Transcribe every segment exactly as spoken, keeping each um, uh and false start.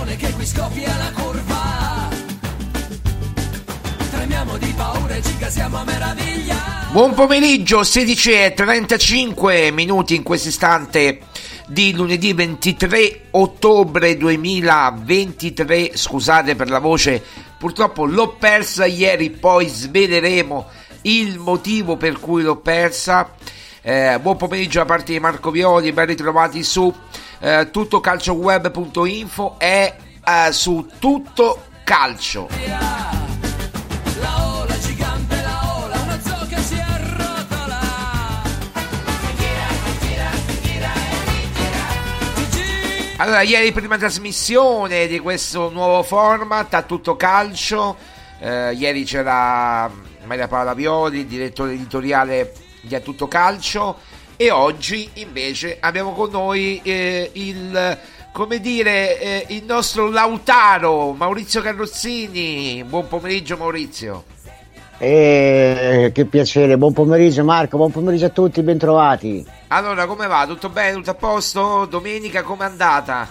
attenzione che qui scoppia la curva. Tremiamo di paura e ci casiamo a meraviglia. Buon pomeriggio, sedici e trentacinque minuti in questo istante di lunedì ventitré ottobre duemilaventitré. Scusate per la voce, purtroppo l'ho persa ieri, poi sveleremo il motivo per cui l'ho persa. Eh, buon pomeriggio da parte di Marco Violi, ben ritrovati su eh, tuttocalcioweb punto info e eh, su Tutto Calcio. La ola gigante, la ola, una zocca si arrotola. Allora, ieri prima trasmissione di questo nuovo format a Tutto Calcio. Eh, ieri c'era Maria Paola Violi, direttore editoriale di A Tutto Calcio, e oggi invece abbiamo con noi eh, il, come dire, eh, il nostro Lautaro, Maurizio Carrozzini. Buon pomeriggio Maurizio. Eh, che piacere, buon pomeriggio Marco, buon pomeriggio a tutti, bentrovati. Allora, come va? Tutto bene? Tutto a posto? Domenica com'è andata?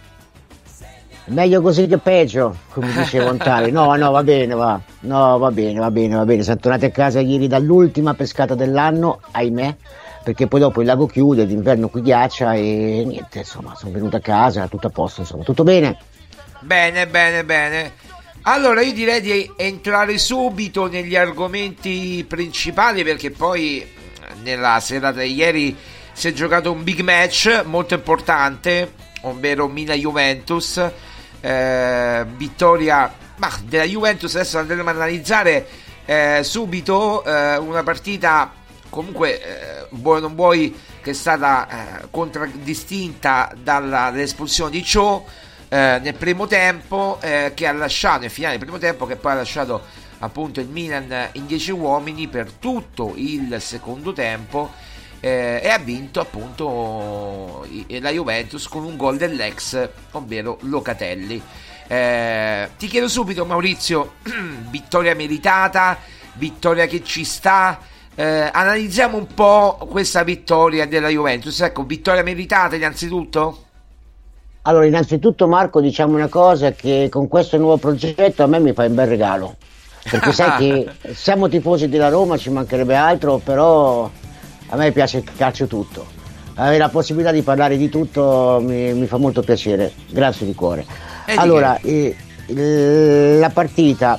Meglio così che peggio, come diceva un tale. No, no, va bene, va. No, va bene, va bene, va bene. Siamo tornati a casa ieri dall'ultima pescata dell'anno, ahimè, perché poi dopo il lago chiude, d'inverno qui ghiaccia e niente, insomma, sono venuto a casa, tutto a posto, insomma, tutto bene? Bene, bene, bene. Allora, io direi di entrare subito negli argomenti principali, perché poi nella serata di ieri si è giocato un big match molto importante, ovvero Milan-Juventus. Eh, vittoria ma della Juventus. Adesso andremo a analizzare eh, subito eh, una partita comunque eh, vuoi non vuoi che è stata eh, contraddistinta dall'espulsione di Cho eh, nel primo tempo, eh, che ha lasciato nel finale del primo tempo, che poi ha lasciato appunto il Milan in dieci uomini per tutto il secondo tempo, eh, e ha vinto appunto la Juventus con un gol dell'ex, ovvero Locatelli. Eh, ti chiedo subito Maurizio, vittoria meritata, vittoria che ci sta, eh, analizziamo un po' questa vittoria della Juventus. Ecco, vittoria meritata innanzitutto? Allora, innanzitutto Marco, diciamo una cosa, che con questo nuovo progetto a me mi fai un bel regalo, perché sai che siamo tifosi della Roma, ci mancherebbe altro, però a me piace il calcio tutto, avere la possibilità di parlare di tutto mi, mi fa molto piacere, grazie di cuore. Allora, eh, la partita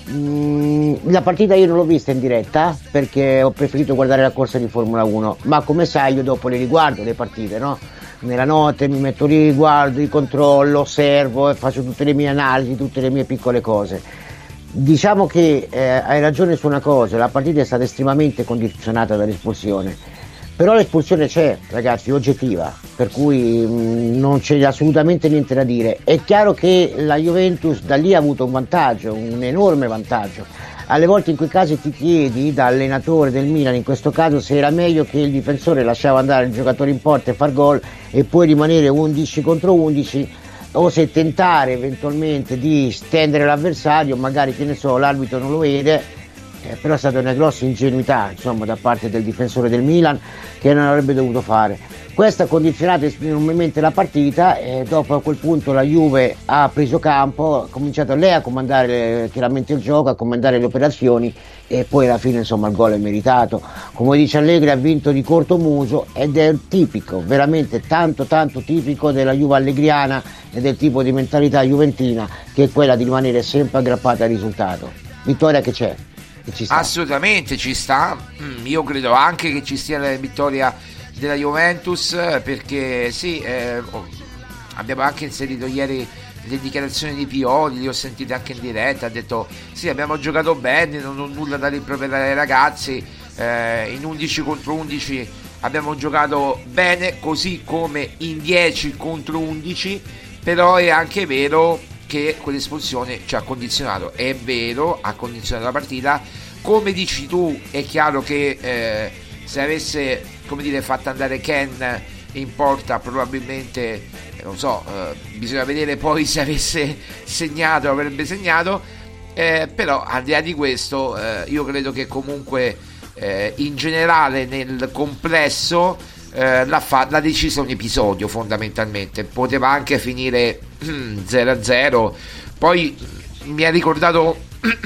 mh, la partita io non l'ho vista in diretta perché ho preferito guardare la corsa di Formula uno, ma come sai io dopo le riguardo le partite, no? Nella notte mi metto lì, guardo, li controllo, osservo e faccio tutte le mie analisi, tutte le mie piccole cose. Diciamo che eh, hai ragione su una cosa, la partita è stata estremamente condizionata dall'espulsione, però l'espulsione c'è, ragazzi, oggettiva, per cui mh, non c'è assolutamente niente da dire. È chiaro che la Juventus da lì ha avuto un vantaggio, un enorme vantaggio. Alle volte in quei casi ti chiedi, da allenatore del Milan in questo caso, se era meglio che il difensore lasciava andare il giocatore in porta e far gol e poi rimanere undici contro undici, o se tentare eventualmente di stendere l'avversario, magari, che ne so, l'arbitro non lo vede. Eh, però è stata una grossa ingenuità, insomma, da parte del difensore del Milan, che non avrebbe dovuto fare. Questo ha condizionato enormemente la partita e dopo a quel punto la Juve ha preso campo, ha cominciato lei a comandare chiaramente il gioco, a comandare le operazioni, e poi alla fine insomma il gol è meritato. Come dice Allegri, ha vinto di corto muso, ed è tipico, veramente tanto tanto tipico della Juve allegriana e del tipo di mentalità juventina, che è quella di rimanere sempre aggrappata al risultato. Vittoria che c'è. Ci sta. Assolutamente ci sta. Io credo anche che ci sia la vittoria della Juventus, perché sì, eh, abbiamo anche inserito ieri le dichiarazioni di Pioli, le ho sentite anche in diretta, ha detto sì, abbiamo giocato bene, non ho nulla da rimproverare ai ragazzi, eh, in undici contro undici abbiamo giocato bene, così come in dieci contro undici, però è anche vero che quell'espulsione ci ha condizionato. È vero, ha condizionato la partita. Come dici tu, è chiaro che eh, se avesse, come dire, fatto andare Ken in porta, probabilmente, non so, eh, bisogna vedere poi se avesse segnato, avrebbe segnato, eh, però al di là di questo eh, io credo che comunque eh, in generale nel complesso eh, l'ha, fa- l'ha deciso un episodio, fondamentalmente poteva anche finire zero a zero. Poi mi ha ricordato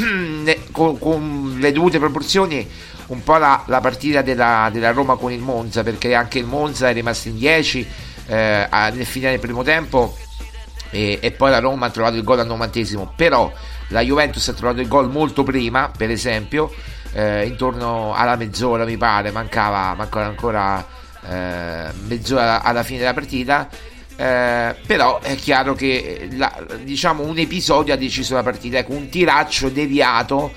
con, con le dovute proporzioni un po' la, la partita della, della Roma con il Monza, perché anche il Monza è rimasto in dieci eh, nel finale del primo tempo e, e poi la Roma ha trovato il gol al novantesimo, però la Juventus ha trovato il gol molto prima, per esempio eh, intorno alla mezz'ora mi pare, mancava, mancava ancora eh, mezz'ora alla fine della partita. Eh, però è chiaro che la, diciamo un episodio ha deciso la partita, ecco, un tiraccio deviato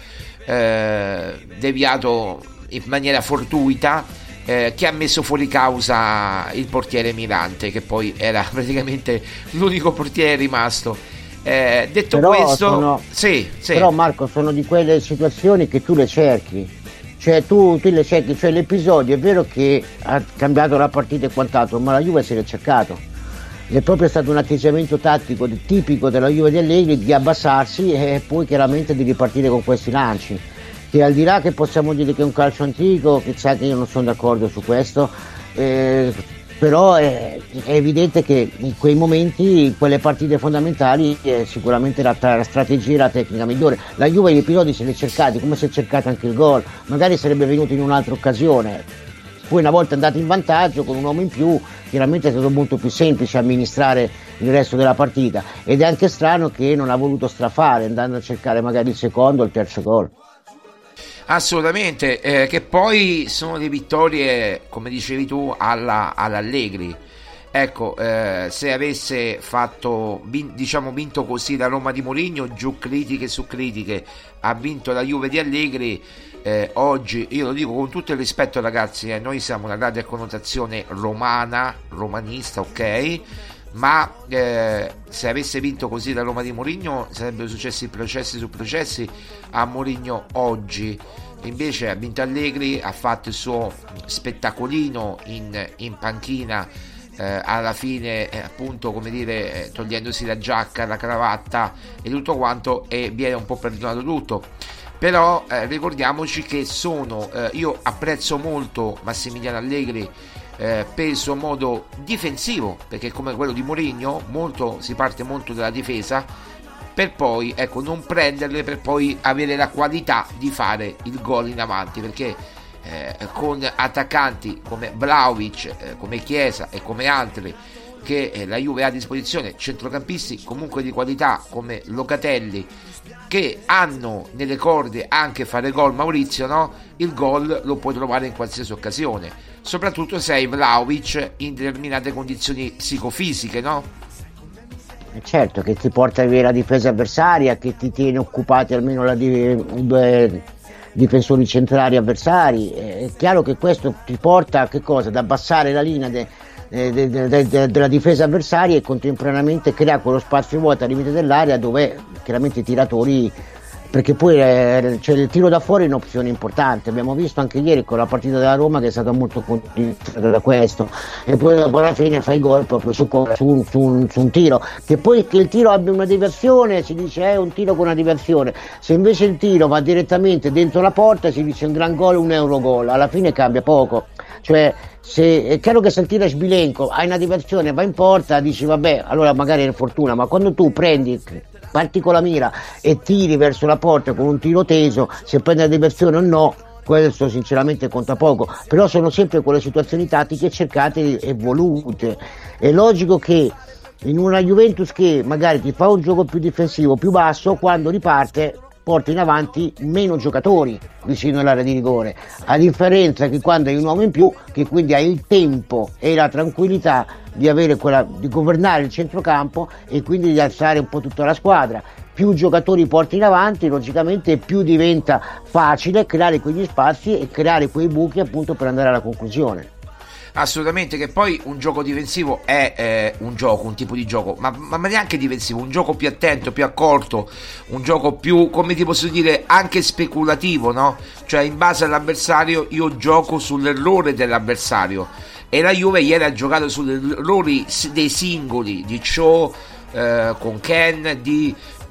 eh, deviato in maniera fortuita eh, che ha messo fuori causa il portiere Mirante, che poi era praticamente l'unico portiere rimasto. Eh, detto però questo sono, sì, sì. Però Marco, sono di quelle situazioni che tu le cerchi, cioè tu, tu le cerchi, cioè l'episodio è vero che ha cambiato la partita e quant'altro, ma la Juve se l'è cercato. È proprio stato un atteggiamento tattico tipico della Juve di Allegri di abbassarsi e poi chiaramente di ripartire con questi lanci, che al di là che possiamo dire che è un calcio antico, che sa che io non sono d'accordo su questo, eh, però è, è evidente che in quei momenti, in quelle partite fondamentali, eh, sicuramente la, la strategia e la tecnica migliore. La Juve gli episodi se li è cercati, come si è cercato anche il gol, magari sarebbe venuto in un'altra occasione. Poi una volta andati in vantaggio con un uomo in più, chiaramente è stato molto più semplice amministrare il resto della partita, ed è anche strano che non ha voluto strafare andando a cercare magari il secondo o il terzo gol. Assolutamente, eh, che poi sono le vittorie, come dicevi tu, alla, all'Allegri. Ecco, eh, se avesse fatto vin- diciamo vinto così la Roma di Mourinho, giù critiche su critiche, ha vinto la Juve di Allegri. Eh, oggi, io lo dico con tutto il rispetto ragazzi, eh, noi siamo una grande connotazione romana, romanista, ok, ma eh, se avesse vinto così la Roma di Mourinho sarebbero successi processi su processi a Mourinho oggi. Invece ha vinto Allegri, ha fatto il suo spettacolino in, in panchina, eh, alla fine eh, appunto, come dire, eh, togliendosi la giacca, la cravatta e tutto quanto, e viene un po' perdonato tutto. Però eh, ricordiamoci che sono eh, io apprezzo molto Massimiliano Allegri eh, per il suo modo difensivo, perché come quello di Mourinho molto, si parte molto dalla difesa per poi, ecco, non prenderle, per poi avere la qualità di fare il gol in avanti, perché eh, con attaccanti come Vlahovic, eh, come Chiesa e come altri che eh, la Juve ha a disposizione, centrocampisti comunque di qualità come Locatelli, che hanno nelle corde anche fare gol, Maurizio, no? Il gol lo puoi trovare in qualsiasi occasione, soprattutto se hai Vlahovic in determinate condizioni psicofisiche, no? Certo, che ti porta via la difesa avversaria, che ti tiene occupati almeno la di, due difensori centrali avversari. È chiaro che questo ti porta a che cosa? Ad abbassare la linea de, de, de, de, de, della difesa avversaria e contemporaneamente crea quello spazio vuoto al limite dell'area dove chiaramente i tiratori, perché poi eh, cioè, il tiro da fuori è un'opzione importante. Abbiamo visto anche ieri con la partita della Roma che è stata molto condizionata da questo, e poi dopo alla fine fai gol proprio su, su, su, su un tiro, che poi che il tiro abbia una diversione si dice è eh, un tiro con una diversione, se invece il tiro va direttamente dentro la porta si dice un gran gol, un euro gol, alla fine cambia poco. Cioè, se è chiaro che se il tiro è sbilenco, hai una diversione, va in porta, dici vabbè, allora magari è fortuna, ma quando tu prendi, parti con la mira e tiri verso la porta con un tiro teso, se prendi la diversione o no, questo sinceramente conta poco. Però sono sempre quelle situazioni tattiche cercate e volute. È logico che in una Juventus che magari ti fa un gioco più difensivo, più basso, quando riparte porta in avanti meno giocatori vicino all'area di rigore, a differenza che quando hai un uomo in più, che quindi hai il tempo e la tranquillità di avere quella, di governare il centrocampo e quindi di alzare un po' tutta la squadra. Più giocatori porti in avanti, logicamente più diventa facile creare quegli spazi e creare quei buchi appunto per andare alla conclusione. Assolutamente, che poi un gioco difensivo è eh, un gioco, un tipo di gioco, ma, ma neanche difensivo, un gioco più attento, più accorto, un gioco più, come ti posso dire, anche speculativo, no? Cioè in base all'avversario io gioco sull'errore dell'avversario, e la Juve ieri ha giocato sugli errori dei singoli, di Shaw eh, con Ken, di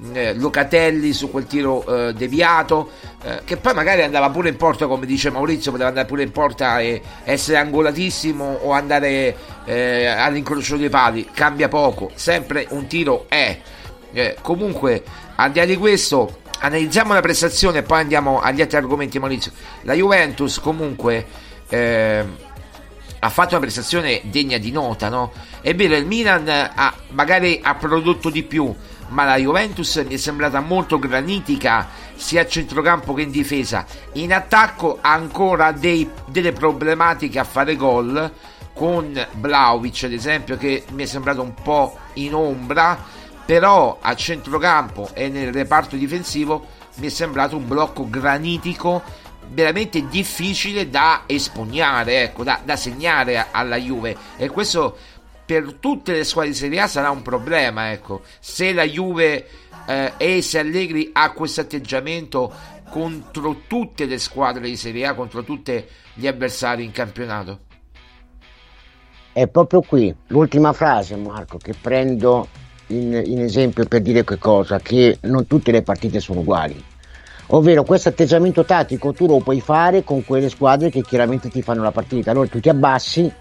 eh, Locatelli su quel tiro eh, deviato, eh, che poi magari andava pure in porta, come dice Maurizio, poteva andare pure in porta e essere angolatissimo o andare eh, all'incrocio dei pali, cambia poco, sempre un tiro è. Eh, comunque, al di là di questo, analizziamo la prestazione e poi andiamo agli altri argomenti, Maurizio. La Juventus comunque eh, ha fatto una prestazione degna di nota, no? È vero, il Milan ha, magari ha prodotto di più, ma la Juventus mi è sembrata molto granitica sia a centrocampo che in difesa. In attacco ha ancora dei, delle problematiche a fare gol, con Vlahovic ad esempio, che mi è sembrato un po' in ombra, però a centrocampo e nel reparto difensivo mi è sembrato un blocco granitico veramente difficile da espugnare, ecco, da, da segnare alla Juve, e questo per tutte le squadre di Serie A sarà un problema, ecco, se la Juve eh, e se Allegri ha questo atteggiamento contro tutte le squadre di Serie A, contro tutti gli avversari in campionato. È proprio qui l'ultima frase, Marco, che prendo in, in esempio per dire che cosa, che non tutte le partite sono uguali, ovvero questo atteggiamento tattico tu lo puoi fare con quelle squadre che chiaramente ti fanno la partita, allora tu ti abbassi,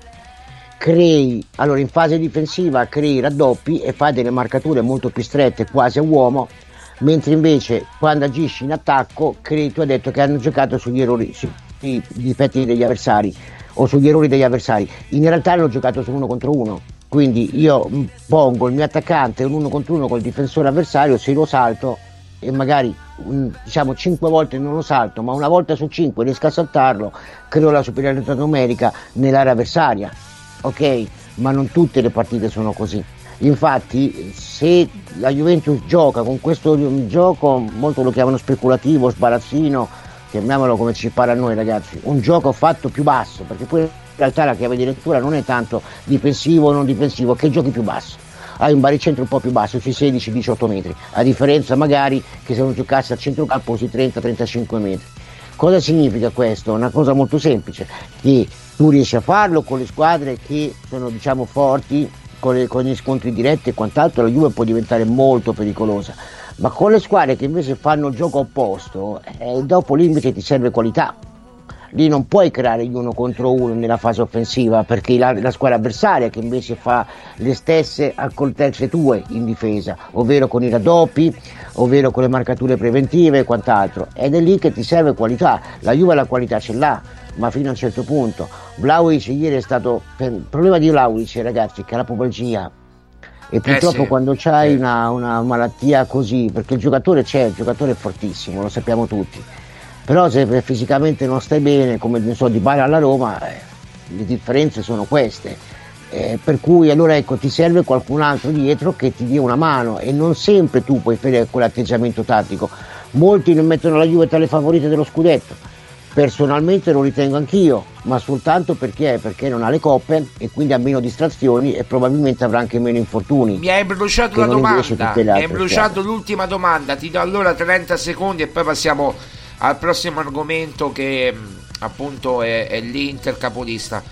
crei, allora in fase difensiva crei raddoppi e fai delle marcature molto più strette, quasi a uomo, mentre invece quando agisci in attacco crei, tu hai detto che hanno giocato sugli errori, sui difetti degli avversari o sugli errori degli avversari, in realtà hanno giocato su uno contro uno, quindi io pongo il mio attaccante un uno contro uno col difensore avversario, se lo salto e magari diciamo cinque volte non lo salto, ma una volta su cinque riesco a saltarlo, creo la superiorità numerica nell'area avversaria, ok? Ma non tutte le partite sono così. Infatti se la Juventus gioca con questo gioco, molto lo chiamano speculativo, sbarazzino, chiamiamolo come ci pare a noi ragazzi, un gioco fatto più basso, perché poi in realtà la chiave di lettura non è tanto difensivo o non difensivo, che giochi più basso, hai un baricentro un po' più basso, sui sedici diciotto metri, a differenza magari che se non giocassi al centrocampo sui trenta trentacinque metri. Cosa significa questo? Una cosa molto semplice, che tu riesci a farlo con le squadre che sono diciamo forti, con, le, con gli scontri diretti e quant'altro, la Juve può diventare molto pericolosa, ma con le squadre che invece fanno il gioco opposto, eh, dopo lì invece ti serve qualità. Lì non puoi creare gli uno contro uno nella fase offensiva, perché la, la squadra avversaria che invece fa le stesse accortezze tue in difesa, ovvero con i raddoppi, ovvero con le marcature preventive e quant'altro, ed è lì che ti serve qualità. La Juve la qualità ce l'ha, ma fino a un certo punto. Vlahovic ieri è stato, per, il problema di Vlahovic ragazzi è che ha la pubalgia, e purtroppo eh sì, quando c'hai eh. una, una malattia così, perché il giocatore c'è, il giocatore è fortissimo, lo sappiamo tutti, però se fisicamente non stai bene, come ne so, Dybala alla Roma, eh, le differenze sono queste, eh, per cui allora ecco ti serve qualcun altro dietro che ti dia una mano, e non sempre tu puoi fare quell'atteggiamento tattico. Molti non mettono la Juve tra le favorite dello scudetto, personalmente lo ritengo anch'io, ma soltanto perché perché non ha le coppe e quindi ha meno distrazioni e probabilmente avrà anche meno infortuni. Mi hai bruciato la domanda, mi hai bruciato l'ultima domanda, ti do allora trenta secondi e poi passiamo al prossimo argomento che appunto è, è l'Inter capolista.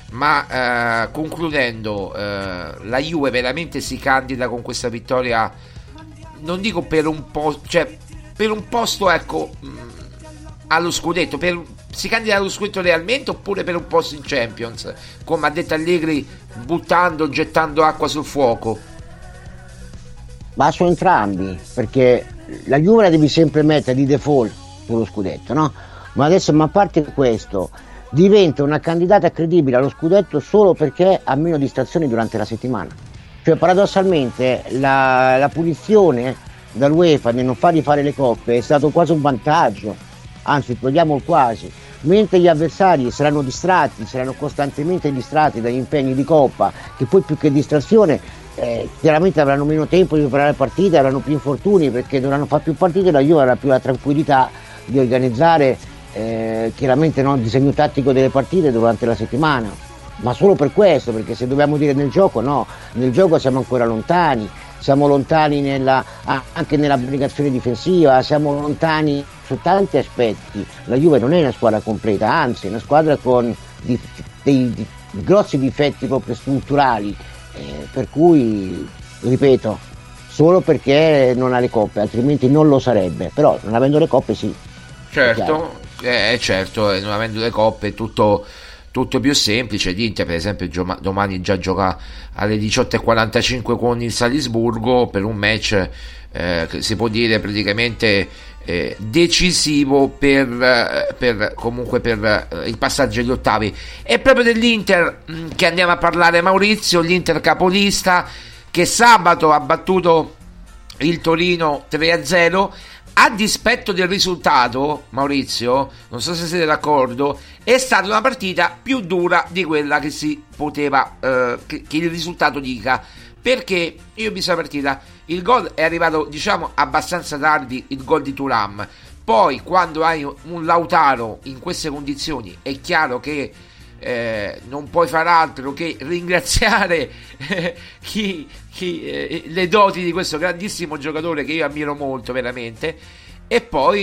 Ma eh, concludendo, eh, la Juve veramente si candida con questa vittoria, non dico per un po', cioè per un posto, ecco, mh, allo scudetto, per, si candida allo scudetto realmente, oppure per un posto in Champions, come ha detto Allegri, buttando, gettando acqua sul fuoco? Ma su entrambi, perché la Juve la devi sempre mettere di default sullo scudetto, no? Ma adesso, ma a parte questo, diventa una candidata credibile allo scudetto solo perché ha meno distrazioni durante la settimana. Cioè paradossalmente la, la punizione dall'UEFA nel non fargli fare le coppe è stato quasi un vantaggio, anzi togliamo il quasi, mentre gli avversari saranno distratti, saranno costantemente distratti dagli impegni di coppa, che poi più che distrazione eh, chiaramente avranno meno tempo di preparare partite, avranno più infortuni perché dovranno fare più partite, la Juve avrà più la tranquillità di organizzare eh, chiaramente no, il disegno tattico delle partite durante la settimana, ma solo per questo, perché se dobbiamo dire nel gioco, no, nel gioco siamo ancora lontani, siamo lontani nella, anche nell'abnegazione difensiva, siamo lontani su tanti aspetti. La Juve non è una squadra completa, anzi è una squadra con dei, dei, dei grossi difetti proprio strutturali, eh, per cui ripeto, solo perché non ha le coppe, altrimenti non lo sarebbe, però non avendo le coppe sì. Certo, eh, certo, non avendo le coppe è tutto, tutto più semplice. L'Inter per esempio gio- domani già gioca alle diciotto e quarantacinque con il Salisburgo per un match eh, che si può dire praticamente eh, decisivo per, eh, per comunque per eh, il passaggio agli ottavi. È proprio dell'Inter mh, che andiamo a parlare, Maurizio, l'Inter capolista che sabato ha battuto il Torino tre a zero. A dispetto del risultato, Maurizio, non so se siete d'accordo, è stata una partita più dura di quella che si poteva, eh, che, che il risultato dica, perché io ho visto la partita, il gol è arrivato diciamo abbastanza tardi, il gol di Thuram, poi quando hai un Lautaro in queste condizioni è chiaro che Eh, non puoi far altro che ringraziare eh, chi, chi, eh, le doti di questo grandissimo giocatore che io ammiro molto veramente, e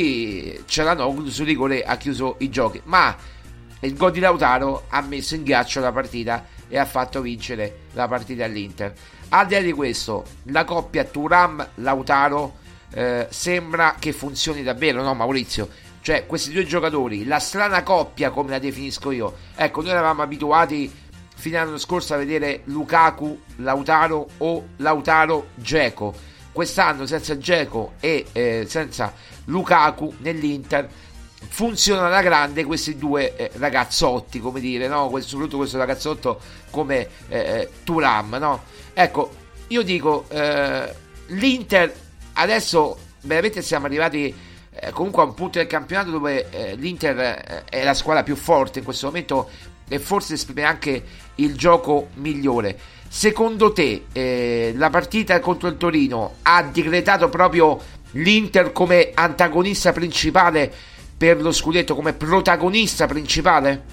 poi Çalhanoğlu su rigore ha chiuso i giochi, ma il gol di Lautaro ha messo in ghiaccio la partita e ha fatto vincere la partita all'Inter. Al di là di questo, la coppia Thuram-Lautaro eh, sembra che funzioni davvero, no Maurizio? Cioè questi due giocatori, la strana coppia come la definisco io, ecco, noi eravamo abituati fino all'anno scorso a vedere Lukaku, Lautaro o Lautaro, Dzeko. Quest'anno senza Dzeko e eh, senza Lukaku nell'Inter funzionano alla grande questi due eh, ragazzotti, come dire, no? Soprattutto questo ragazzotto come eh, Thuram, no? Ecco, io dico eh, l'Inter adesso veramente siamo arrivati Eh, comunque a un punto del campionato dove eh, l'Inter eh, è la squadra più forte in questo momento e forse esprime anche il gioco migliore. Secondo te eh, la partita contro il Torino ha decretato proprio l'Inter come antagonista principale per lo scudetto, come protagonista principale?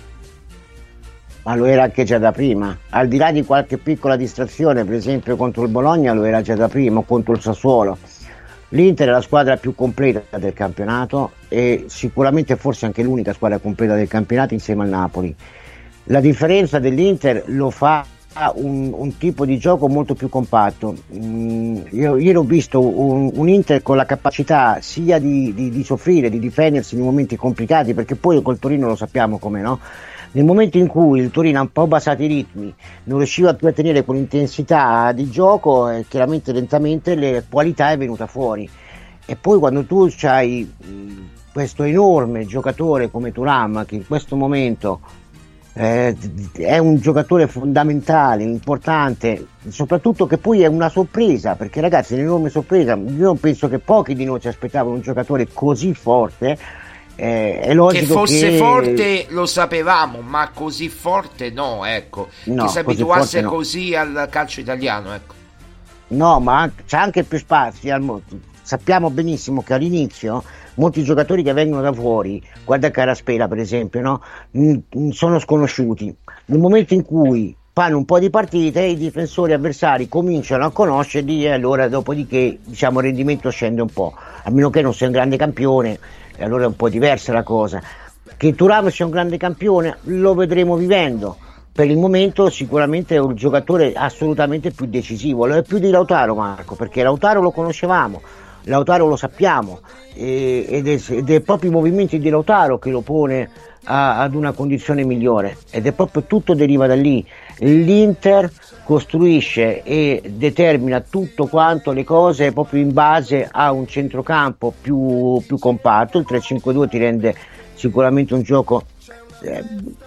Ma lo era anche già da prima, al di là di qualche piccola distrazione, per esempio contro il Bologna lo era già da prima, contro il Sassuolo. L'Inter è la squadra più completa del campionato e sicuramente forse anche l'unica squadra completa del campionato insieme al Napoli. La differenza dell'Inter lo fa un, un tipo di gioco molto più compatto. Mm, io ieri ho visto un, un Inter con la capacità sia di, di, di soffrire, di difendersi in momenti complicati, perché poi col Torino lo sappiamo come, no? Nel momento in cui il Torino ha un po' basato i ritmi, non riusciva più a tenere con intensità di gioco, e chiaramente lentamente la qualità è venuta fuori. E poi quando tu hai questo enorme giocatore come Thuram, che in questo momento eh, è un giocatore fondamentale, importante, soprattutto che poi è una sorpresa, perché ragazzi è un'enorme sorpresa, io penso che pochi di noi ci aspettavano un giocatore così forte. Eh, è logico che fosse che... forte lo sapevamo, ma così forte no, ecco, no, che si abituasse no. così al calcio italiano, ecco. No, ma c'è anche più spazio. Sappiamo benissimo che all'inizio molti giocatori che vengono da fuori, guarda Caraspera per esempio, no? sono sconosciuti. Nel momento in cui fanno un po' di partite, i difensori avversari cominciano a conoscerli e allora dopodiché diciamo il rendimento scende un po', a meno che non sia un grande campione, e allora è un po' diversa la cosa. Che Thuram sia un grande campione lo vedremo vivendo. Per il momento sicuramente è un giocatore assolutamente più decisivo, lo è più di Lautaro, Marco, perché Lautaro lo conoscevamo, Lautaro lo sappiamo, e, ed, è, ed è proprio i movimenti di Lautaro che lo pone a, ad una condizione migliore, ed è proprio tutto deriva da lì. L'Inter costruisce e determina tutto quanto le cose proprio in base a un centrocampo più, più compatto. Il tre cinque due ti rende sicuramente un gioco eh,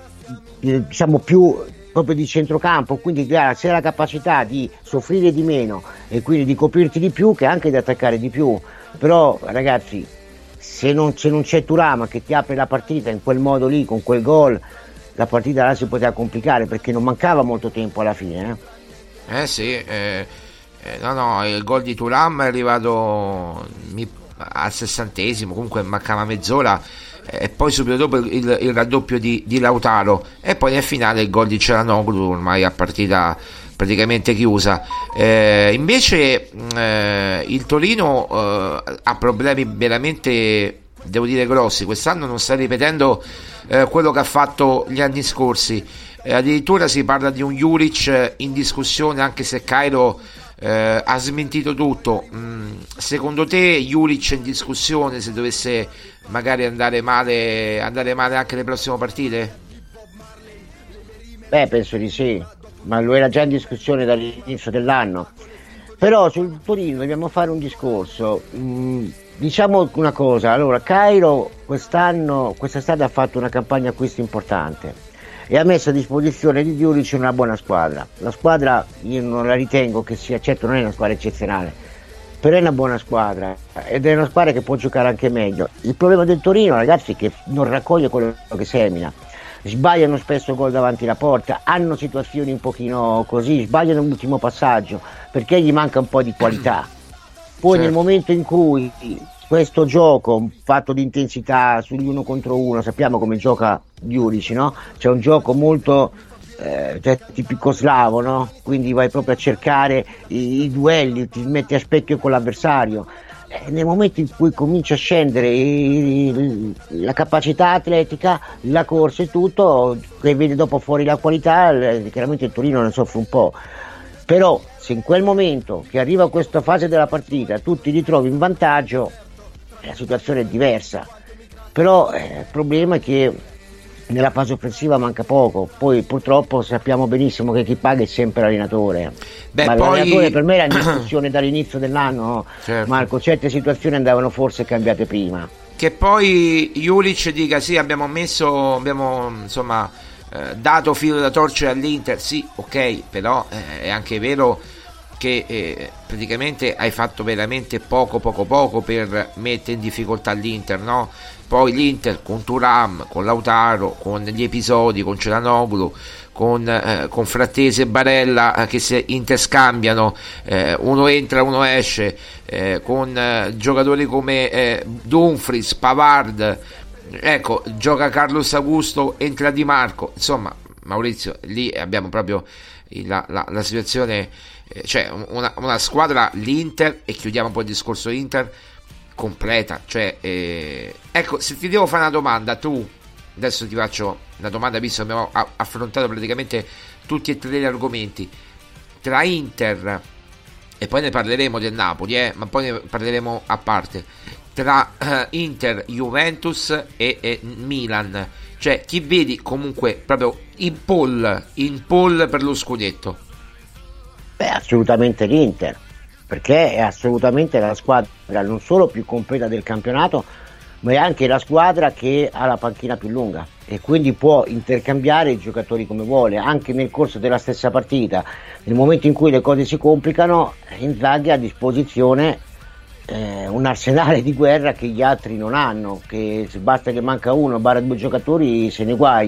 diciamo più proprio di centrocampo, quindi grazie alla capacità di soffrire di meno e quindi di coprirti di più che anche di attaccare di più. Però ragazzi, se non, se non c'è Thuram che ti apre la partita in quel modo lì, con quel gol, la partita là si poteva complicare, perché non mancava molto tempo alla fine. Eh, eh sì, eh, eh, no no, il gol di Thuram è arrivato mi, al sessantesimo, comunque mancava mezz'ora, e poi subito dopo il, il raddoppio di, di Lautaro, e poi nel finale il gol di Çalhanoğlu, ormai a partita praticamente chiusa. Eh, invece eh, il Torino eh, ha problemi veramente, devo dire, grossi. Quest'anno non sta ripetendo eh, quello che ha fatto gli anni scorsi. Eh, addirittura si parla di un Juric in discussione, anche se Cairo eh, ha smentito tutto. Mm, secondo te Juric è in discussione se dovesse magari andare male, andare male anche le prossime partite? Beh, penso di sì, ma lo era già in discussione dall'inizio dell'anno. Però sul Torino dobbiamo fare un discorso. Mm, diciamo una cosa, allora Cairo quest'anno, quest'estate ha fatto una campagna acquisti importante e ha messo a disposizione di Juric una buona squadra. La squadra io non la ritengo che sia, certo non è una squadra eccezionale, però è una buona squadra ed è una squadra che può giocare anche meglio. Il problema del Torino, ragazzi, è che non raccoglie quello che semina. Sbagliano spesso gol davanti alla porta, hanno situazioni un pochino così, sbagliano l'ultimo passaggio perché gli manca un po' di qualità. Poi certo, nel momento in cui questo gioco fatto di intensità sugli uno contro uno, sappiamo come gioca Juric, no? C'è un gioco molto eh, cioè, tipico slavo, no? Quindi vai proprio a cercare i, i duelli, ti metti a specchio con l'avversario. Nel momento in cui comincia a scendere il, la capacità atletica, la corsa e tutto, che vede dopo fuori la qualità, chiaramente il Torino ne soffre un po'. Però se in quel momento che arriva a questa fase della partita tu ti ritrovi in vantaggio, la situazione è diversa. Però eh, il problema è che nella fase offensiva manca poco, poi purtroppo sappiamo benissimo che chi paga è sempre l'allenatore. Beh, ma poi... l'allenatore per me era in discussione dall'inizio dell'anno, certo, Marco, certe situazioni andavano forse cambiate prima. Che poi Juric dica sì, abbiamo messo, abbiamo insomma eh, dato filo da torcere all'Inter, sì, ok, però eh, è anche vero che eh, praticamente hai fatto veramente poco poco poco per mettere in difficoltà l'Inter, no? Poi l'Inter con Thuram, con Lautaro, con gli episodi, con Cialanoglu, con, eh, con Frattesi e Barella eh, che si interscambiano, eh, uno entra, uno esce, eh, con eh, giocatori come eh, Dumfries, Pavard, ecco, gioca Carlos Augusto, entra Di Marco, insomma Maurizio, lì abbiamo proprio la, la, la situazione, eh, cioè una, una squadra, l'Inter, e chiudiamo un po' il discorso Inter, completa, cioè eh, ecco, se ti devo fare una domanda, tu adesso ti faccio una domanda, visto che abbiamo affrontato praticamente tutti e tre gli argomenti, tra Inter, e poi ne parleremo del Napoli, eh, ma poi ne parleremo a parte, tra eh, Inter, Juventus e, e Milan, cioè chi vedi comunque proprio in pole, in pole per lo scudetto? Beh, assolutamente l'Inter, perché è assolutamente la squadra non solo più completa del campionato, ma è anche la squadra che ha la panchina più lunga e quindi può intercambiare i giocatori come vuole, anche nel corso della stessa partita. Nel momento in cui le cose si complicano, Inzaghi ha a disposizione eh, un arsenale di guerra che gli altri non hanno, che se basta che manca uno, barra due giocatori, se ne guai.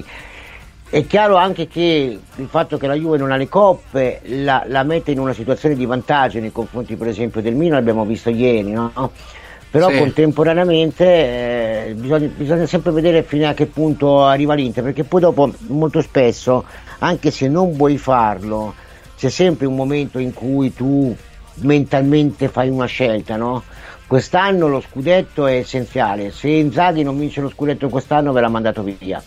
È chiaro anche che il fatto che la Juve non ha le coppe la, la mette in una situazione di vantaggio nei confronti per esempio del Milan, l'abbiamo visto ieri, no? Però sì, contemporaneamente eh, bisogna, bisogna sempre vedere fino a che punto arriva l'Inter, perché poi dopo molto spesso, anche se non vuoi farlo, c'è sempre un momento in cui tu mentalmente fai una scelta, no? Quest'anno lo scudetto è essenziale, se Inzaghi non vince lo scudetto quest'anno ve l'ha mandato via,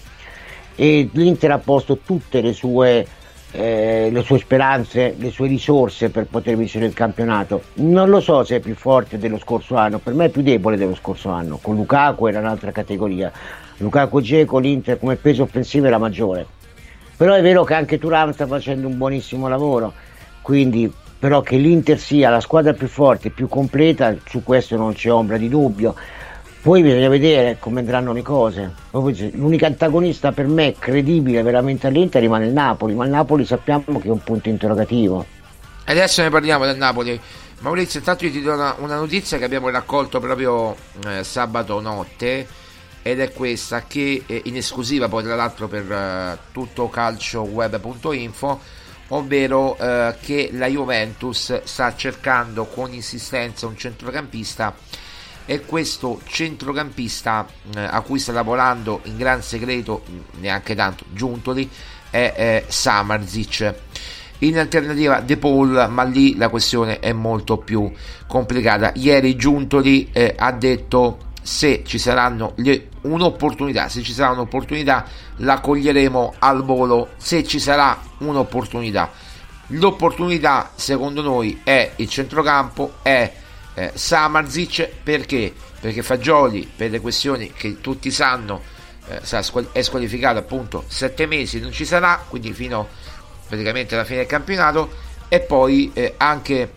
e l'Inter ha posto tutte le sue eh, le sue speranze, le sue risorse per poter vincere il campionato. Non lo so se è più forte dello scorso anno, per me è più debole dello scorso anno. Con Lukaku era un'altra categoria, Lukaku e Dzeko, l'Inter come peso offensivo era maggiore, però è vero che anche Thuram sta facendo un buonissimo lavoro, quindi però che l'Inter sia la squadra più forte, più completa, su questo non c'è ombra di dubbio. Poi bisogna vedere come andranno le cose. L'unico antagonista per me credibile veramente all'Inter rimane il Napoli, ma il Napoli sappiamo che è un punto interrogativo. Adesso ne parliamo del Napoli. Maurizio, intanto io ti do una, una notizia che abbiamo raccolto proprio eh, sabato notte, ed è questa, che è in esclusiva poi tra l'altro per eh, tutto calcioweb punto info, ovvero eh, che la Juventus sta cercando con insistenza un centrocampista, e questo centrocampista eh, a cui sta lavorando in gran segreto, neanche tanto, Giuntoli, è eh, Samardzic. In alternativa De Paul, ma lì la questione è molto più complicata. Ieri Giuntoli eh, ha detto: se ci saranno le, un'opportunità, se ci sarà un'opportunità la coglieremo al volo, se ci sarà un'opportunità. L'opportunità secondo noi è il centrocampo, è eh, Samardzic. Perché? Perché Fagioli, per le questioni che tutti sanno, eh, è squalificato appunto sette mesi, non ci sarà, quindi fino praticamente alla fine del campionato. E poi eh, anche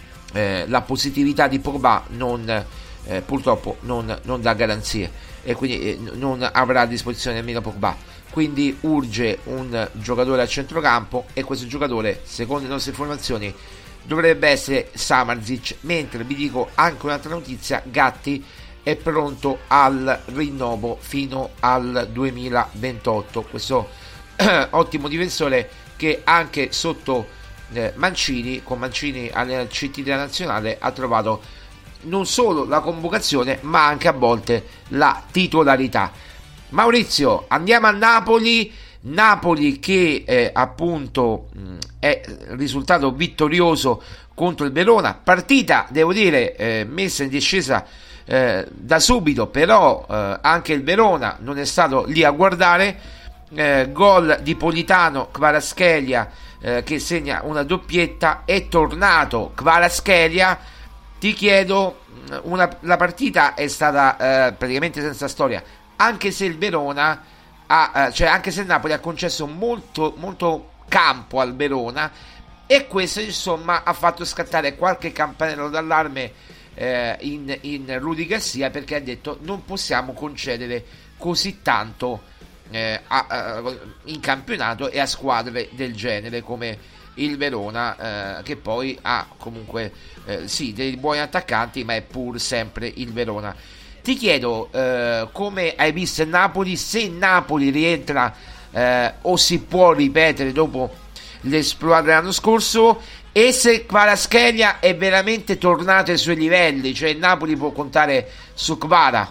eh, la positività di Pogba non, eh, purtroppo non, non dà garanzie, e quindi eh, non avrà a disposizione nemmeno Pogba. Quindi urge un giocatore al centrocampo, e questo giocatore, secondo le nostre informazioni, dovrebbe essere Samardzic. Mentre vi dico anche un'altra notizia: Gatti è pronto al rinnovo fino al duemilaventotto, questo ottimo difensore che anche sotto eh, Mancini, con Mancini al C T della nazionale, ha trovato non solo la convocazione ma anche a volte la titolarità. Maurizio, andiamo a Napoli. Napoli che eh, appunto mh, è risultato vittorioso contro il Verona, partita devo dire eh, messa in discesa eh, da subito, però eh, anche il Verona non è stato lì a guardare. eh, gol di Politano, Kvaratskhelia eh, che segna una doppietta. È tornato Kvaratskhelia. Ti chiedo, una, la partita è stata eh, praticamente senza storia, anche se il Verona ha, cioè anche se il Napoli ha concesso molto, molto campo al Verona, e questo insomma ha fatto scattare qualche campanello d'allarme eh, in, in Rudy Garcia, perché ha detto non possiamo concedere così tanto eh, a, a, in campionato e a squadre del genere come il Verona, eh, che poi ha comunque eh, sì dei buoni attaccanti, ma è pur sempre il Verona. Ti chiedo eh, come hai visto il Napoli, se Napoli rientra eh, o si può ripetere dopo l'esploit dell'anno scorso, e se Kvaratskhelia è veramente tornato ai suoi livelli, cioè il Napoli può contare su Kvara.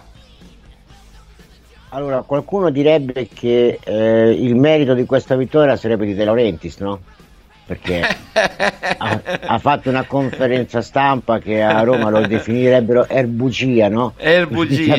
Allora, qualcuno direbbe che eh, il merito di questa vittoria sarebbe di De Laurentiis, no? Perché ha, ha fatto una conferenza stampa che a Roma lo definirebbero erbugia, no? Erbugia,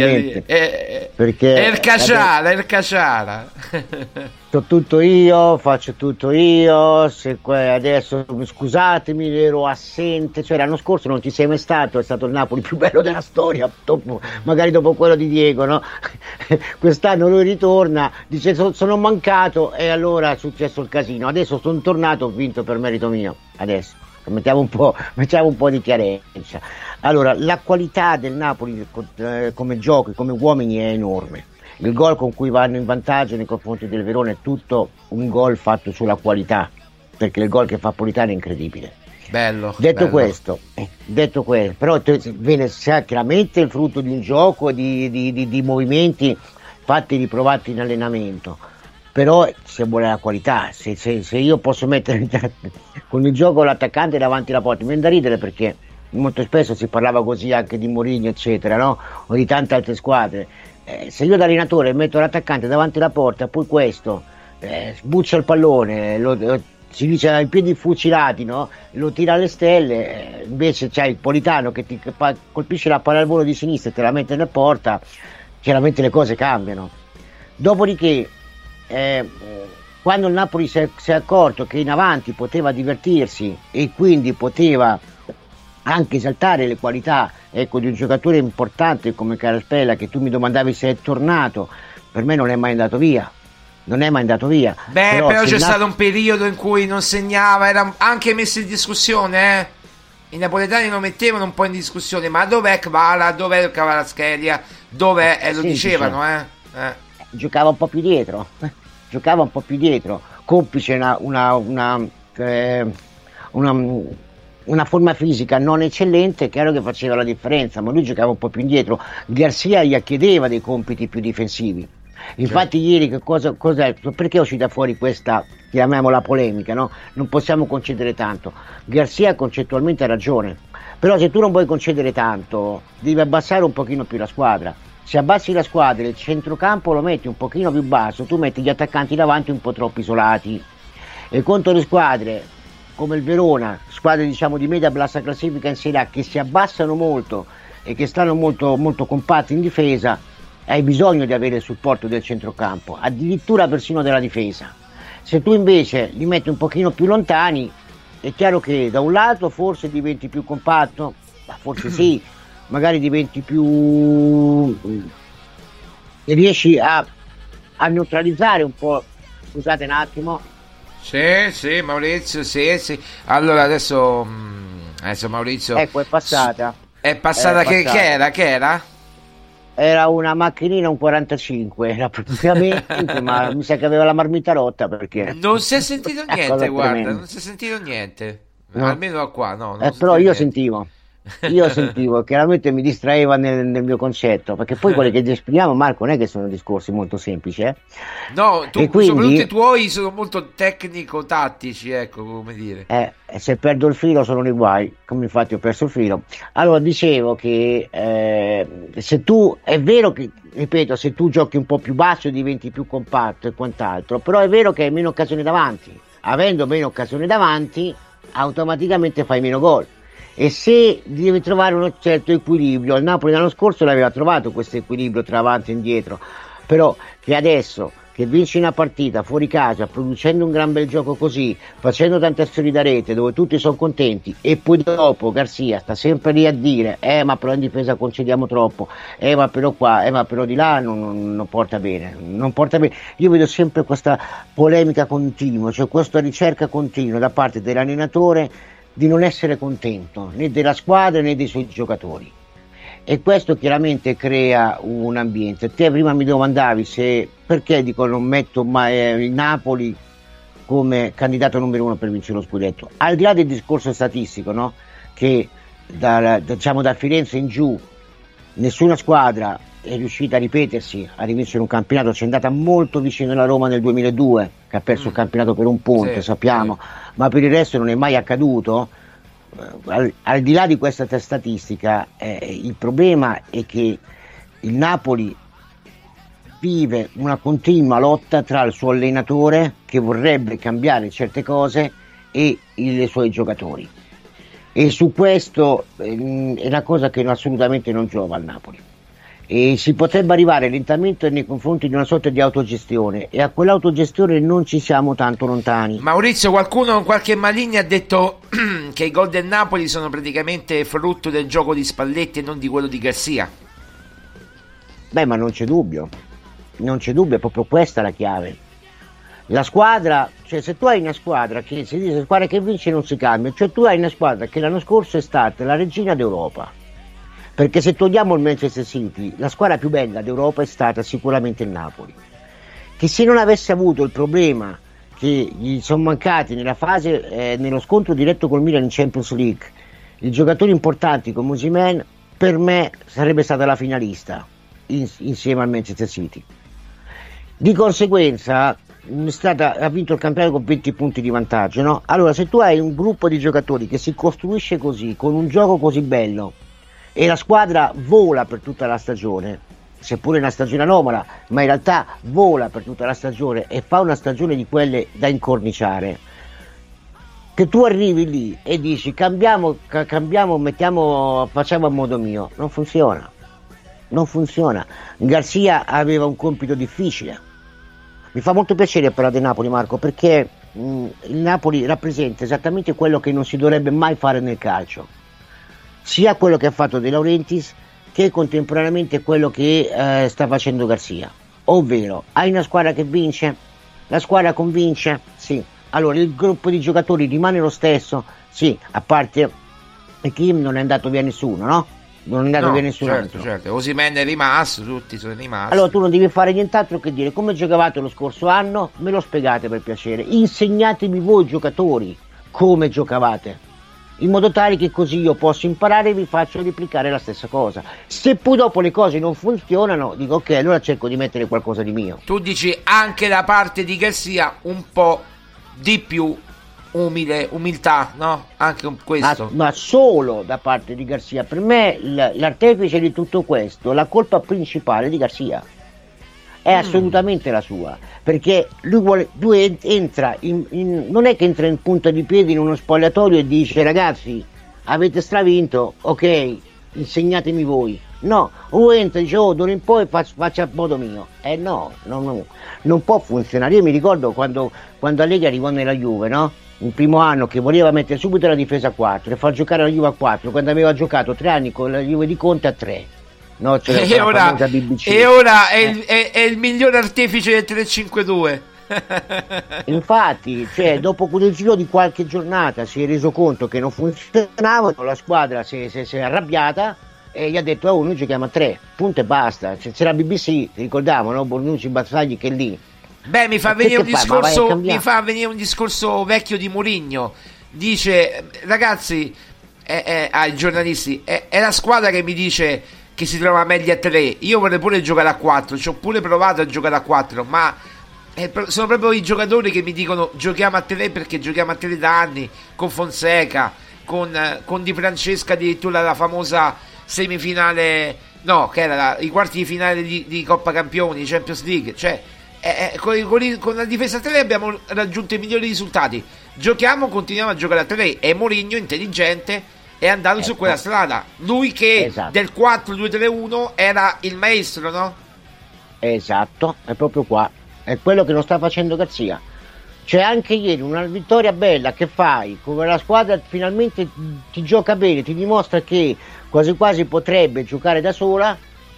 è, perché er Casciara, er Casciara. Faccio tutto io, faccio tutto io, se adesso scusatemi, ero assente, cioè l'anno scorso non ci sei mai stato, è stato il Napoli più bello della storia, dopo, magari dopo quello di Diego, no? Quest'anno lui ritorna, dice sono mancato, e allora è successo il casino, adesso sono tornato, ho vinto per merito mio, adesso mettiamo un po', mettiamo un po' di chiarezza. Allora, la qualità del Napoli eh, come gioco, come uomini è enorme. Il gol con cui vanno in vantaggio nei confronti del Verona è tutto un gol fatto sulla qualità, perché il gol che fa Politano è incredibile. Bello. Detto bello. questo, eh, detto questo, però te, viene chiaramente il frutto di un gioco, di, di, di, di movimenti fatti e riprovati in allenamento. Però se vuole la qualità, se, se, se io posso mettere con il gioco l'attaccante davanti alla porta, mi viene da ridere, perché molto spesso si parlava così anche di Mourinho eccetera, no? O di tante altre squadre. Eh, se io da allenatore metto l'attaccante davanti alla porta, poi questo eh, sbuccia il pallone, lo, lo, si dice ai piedi fucilati, no? Lo tira alle stelle, eh, invece c'è il Politano che ti colpisce la palla al volo di sinistra e te la mette nella porta, chiaramente le cose cambiano. Dopodiché eh, quando il Napoli si è, si è accorto che in avanti poteva divertirsi e quindi poteva anche esaltare le qualità, ecco, di un giocatore importante come Kvaratskhelia, che tu mi domandavi se è tornato, per me non è mai andato via, non è mai andato via. Beh, però, però c'è Nap- stato un periodo in cui non segnava, era anche messo in discussione, eh? I napoletani lo mettevano un po' in discussione, ma dov'è Kvara, dov'è Kvaratskhelia, dov'è, eh, lo Semplice. dicevano, eh? eh. Giocava un po' più dietro, giocava un po' più dietro, complice una una una, eh, una una forma fisica non eccellente, è chiaro che faceva la differenza, ma lui giocava un po' più indietro. Garcia gli chiedeva dei compiti più difensivi. Infatti, certo. Ieri che cosa, cosa perché è uscita fuori questa, chiamiamola polemica, no? Non possiamo concedere tanto. Garcia concettualmente ha ragione, però se tu non vuoi concedere tanto devi abbassare un pochino più la squadra. Se abbassi la squadra e il centrocampo lo metti un pochino più basso, tu metti gli attaccanti davanti un po' troppo isolati, e contro le squadre come il Verona, squadre diciamo di media bassa classifica in Serie A, che si abbassano molto e che stanno molto, molto compatti in difesa, hai bisogno di avere il supporto del centrocampo, addirittura persino della difesa. Se tu invece li metti un pochino più lontani, è chiaro che da un lato forse diventi più compatto, ma forse sì, magari diventi più, riesci a, a neutralizzare un po', scusate un attimo. Sì, sì, Maurizio, sì, sì. Allora adesso, adesso Maurizio... Ecco, è passata. È passata, È che, passata. che era? Che era? Era una macchinina, un quarantacinque, era praticamente, ma mi sa che aveva la marmita rotta perché... Non si è sentito Una niente, cosa guarda, tremenda. non si è sentito niente. No. Almeno qua, no, non Eh, ho però sentito io niente. sentivo, io sentivo, chiaramente mi distraeva nel, nel mio concetto, perché poi quelli che ti esprimiamo, Marco, non è che sono discorsi molto semplici, eh? No, tu, E quindi- soprattutto i tuoi sono molto tecnico-tattici, ecco, come dire. Eh, se perdo il filo sono nei guai, come infatti ho perso il filo. Allora dicevo che eh, se tu, è vero che, ripeto, se tu giochi un po' più basso diventi più compatto e quant'altro, però è vero che hai meno occasioni davanti. Avendo meno occasioni davanti, automaticamente fai meno gol. E se devi trovare un certo equilibrio, il Napoli l'anno scorso l'aveva trovato questo equilibrio tra avanti e indietro, però che adesso che vinci una partita fuori casa, producendo un gran bel gioco così, facendo tante azioni da rete dove tutti sono contenti, e poi dopo Garcia sta sempre lì a dire eh ma però in difesa concediamo troppo, eh ma però qua, eh ma però di là, non, non, non porta bene, non porta bene. Io vedo sempre questa polemica continua, cioè questa ricerca continua da parte dell'allenatore di non essere contento né della squadra né dei suoi giocatori, e questo chiaramente crea un ambiente. Te prima mi domandavi se perché dico non metto mai eh, il Napoli come candidato numero uno per vincere lo scudetto, al di là del discorso statistico, no? Che da, diciamo da Firenze in giù nessuna squadra è riuscita a ripetersi a rivincere un campionato. C'è andata molto vicino la Roma nel duemiladue che ha perso Mm. il campionato per un punto, Sì, sappiamo, sì. ma per il resto non è mai accaduto. Eh, al, al di là di questa statistica, eh, il problema è che il Napoli vive una continua lotta tra il suo allenatore che vorrebbe cambiare certe cose e i, i suoi giocatori, e su questo ehm, è una cosa che assolutamente non giova al Napoli, e si potrebbe arrivare lentamente nei confronti di una sorta di autogestione, e a quell'autogestione non ci siamo tanto lontani. Maurizio, qualcuno, qualche maligna ha detto che i gol del Napoli sono praticamente frutto del gioco di Spalletti e non di quello di Garcia. Beh, ma non c'è dubbio, non c'è dubbio, è proprio questa la chiave. La squadra, cioè se tu hai una squadra che si dice squadra che vince non si cambia, cioè tu hai una squadra che l'anno scorso è stata la regina d'Europa, perché se togliamo il Manchester City, la squadra più bella d'Europa è stata sicuramente il Napoli, che se non avesse avuto il problema che gli sono mancati nella fase, eh, nello scontro diretto col Milan in Champions League, i giocatori importanti come Osimhen, per me sarebbe stata la finalista in, insieme al Manchester City. Di conseguenza è stata, ha vinto il campionato con venti punti di vantaggio, no? Allora se tu hai un gruppo di giocatori che si costruisce così, con un gioco così bello, e la squadra vola per tutta la stagione, seppure una stagione anomala, ma in realtà vola per tutta la stagione e fa una stagione di quelle da incorniciare, che tu arrivi lì e dici cambiamo, ca- cambiamo, mettiamo, facciamo a modo mio, non funziona, non funziona. Garcia aveva un compito difficile. Mi fa molto piacere parlare di Napoli, Marco, perché mh, il Napoli rappresenta esattamente quello che non si dovrebbe mai fare nel calcio, sia quello che ha fatto De Laurentiis che contemporaneamente quello che eh, sta facendo Garcia, ovvero hai una squadra che vince, la squadra convince, sì, allora il gruppo di giocatori rimane lo stesso, sì, a parte Kim non è andato via nessuno, no? Non è andato No, via nessun certo, altro. certo. Osimhen è rimasto, tutti sono rimasti. Allora tu non devi fare nient'altro che dire come giocavate lo scorso anno, me lo spiegate per piacere, insegnatemi voi giocatori come giocavate, in modo tale che così io posso imparare e vi faccio replicare la stessa cosa. Se poi dopo le cose non funzionano, dico ok, allora cerco di mettere qualcosa di mio. Tu dici anche da parte di Garcia un po' di più umile, umiltà, no? Anche un- Ma, questo. ma solo da parte di Garcia. Per me l- l'artefice di tutto questo, la colpa principale di Garcia è assolutamente la sua, perché lui vuole, lui en- entra in, in- non è che entra in punta di piedi in uno spogliatoio e dice ragazzi avete stravinto, ok, insegnatemi voi. No, o entra e dice oh d'ora in poi faccio, faccio a modo mio. Eh no, no, no, non può funzionare. Io mi ricordo quando, quando Allegri arrivò nella Juve, no? un primo anno che voleva mettere subito la difesa a quattro e far giocare la Juve a quattro quando aveva giocato tre anni con la Juve di Conte a tre. No, cioè e, ora, B B C. e ora è il, è, è il miglior artefice del tre cinque due. Infatti, cioè, dopo quel giro di qualche giornata si è reso conto che non funzionava, la squadra si è, si è, si è arrabbiata e gli ha detto: oh, noi giochiamo a tre, punto e basta. Cioè, c'era B B C, ti ricordiamo, no? Bonucci, Bazzagli che è lì. Beh, mi fa, venire un discorso, mi fa venire un discorso vecchio di Mourinho. Dice: ragazzi, eh, eh, ai giornalisti, è, è la squadra che mi dice che si trova meglio a tre. Io vorrei pure giocare a quattro, ci ho pure provato a giocare a quattro, ma eh, sono proprio i giocatori che mi dicono giochiamo a tre, perché giochiamo a tre da anni, con Fonseca, con, eh, con Di Francesca, addirittura la famosa semifinale, no, che era la, i quarti di finale di, di Coppa Campioni, Champions League. Cioè, eh, con, con, con la difesa a tre abbiamo raggiunto i migliori risultati. Giochiamo, continuiamo a giocare a tre. E Mourinho, intelligente, è andato ecco. su quella strada. Lui che esatto. del quattro due tre uno era il maestro, no? Esatto, è proprio qua. È quello che non sta facendo Garzia. Cioè, anche ieri una vittoria bella che fai, come la squadra finalmente ti gioca bene, ti dimostra che quasi quasi potrebbe giocare da sola,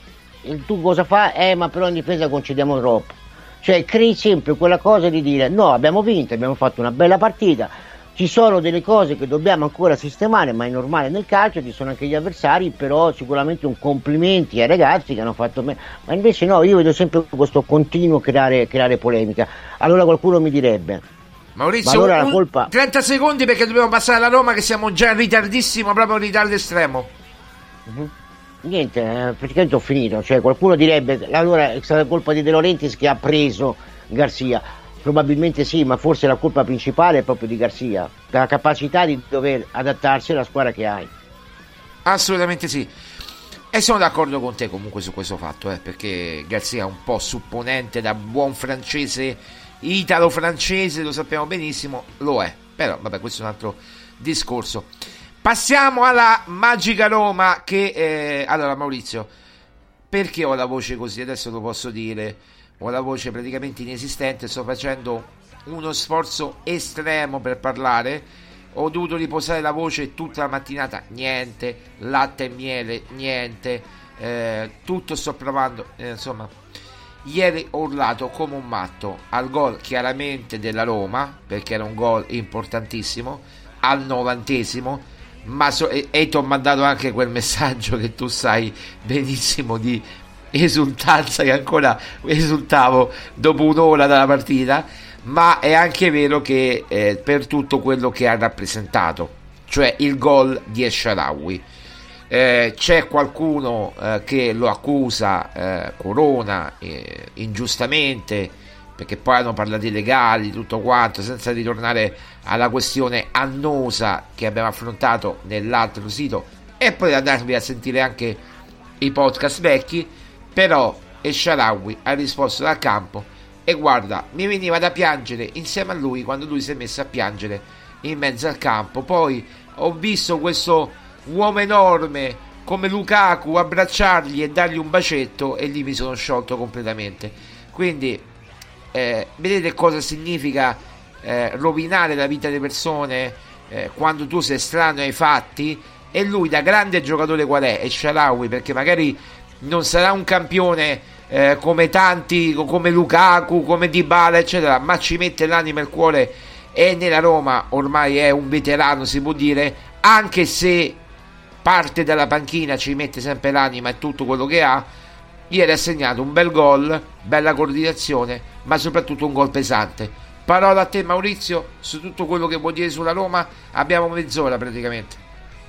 e tu cosa fai? Eh, ma però in difesa concediamo troppo. Cioè, crei sempre quella cosa di dire: no, abbiamo vinto, abbiamo fatto una bella partita, ci sono delle cose che dobbiamo ancora sistemare, ma è normale nel calcio, ci sono anche gli avversari, però sicuramente un complimenti ai ragazzi che hanno fatto me. Ma invece no, io vedo sempre questo continuo creare, creare polemica. Allora qualcuno mi direbbe: Maurizio, ma allora un, la colpa... trenta secondi perché dobbiamo passare alla Roma, che siamo già in ritardissimo, proprio in ritardo estremo. Uh-huh. Niente, eh, praticamente ho finito. Cioè, qualcuno direbbe: allora è stata colpa di De Laurentiis che ha preso Garzia. Probabilmente sì, ma forse la colpa principale è proprio di Garzia, la capacità di dover adattarsi alla squadra che hai. Assolutamente sì. E sono d'accordo con te comunque su questo fatto, eh, perché Garzia è un po' supponente, da buon francese, italo-francese, lo sappiamo benissimo, lo è. Però vabbè, questo è un altro discorso. Passiamo alla magica Roma che... Eh, allora Maurizio, perché ho la voce così? Adesso lo posso dire. Ho la voce praticamente inesistente, sto facendo uno sforzo estremo per parlare, ho dovuto riposare la voce tutta la mattinata, niente, latte e miele, niente, eh, tutto sto provando, eh, insomma, ieri ho urlato come un matto al gol chiaramente della Roma, perché era un gol importantissimo, al novantesimo, ma so, e, e ti ho mandato anche quel messaggio che tu sai benissimo di esultanza, che ancora esultavo dopo un'ora dalla partita, ma è anche vero che eh, per tutto quello che ha rappresentato, cioè il gol di El Shaarawy, eh, c'è qualcuno eh, che lo accusa, eh, Corona, eh, ingiustamente, perché poi hanno parlato di legali, tutto quanto, senza ritornare alla questione annosa che abbiamo affrontato nell'altro sito, e poi andarvi a sentire anche i podcast vecchi. Però El Shaarawy ha risposto dal campo e guarda, mi veniva da piangere insieme a lui quando lui si è messo a piangere in mezzo al campo. Poi ho visto questo uomo enorme come Lukaku abbracciargli e dargli un bacetto e lì mi sono sciolto completamente. Quindi eh, vedete cosa significa eh, rovinare la vita delle persone eh, quando tu sei estraneo ai fatti. E lui, da grande giocatore qual è, El Shaarawy, perché magari non sarà un campione eh, come tanti, come Lukaku, come Dybala eccetera, ma ci mette l'anima e il cuore, e nella Roma ormai è un veterano, si può dire, anche se parte dalla panchina ci mette sempre l'anima e tutto quello che ha. Ieri ha segnato un bel gol, bella coordinazione, ma soprattutto un gol pesante. Parola a te Maurizio su tutto quello che vuol dire sulla Roma, abbiamo mezz'ora praticamente.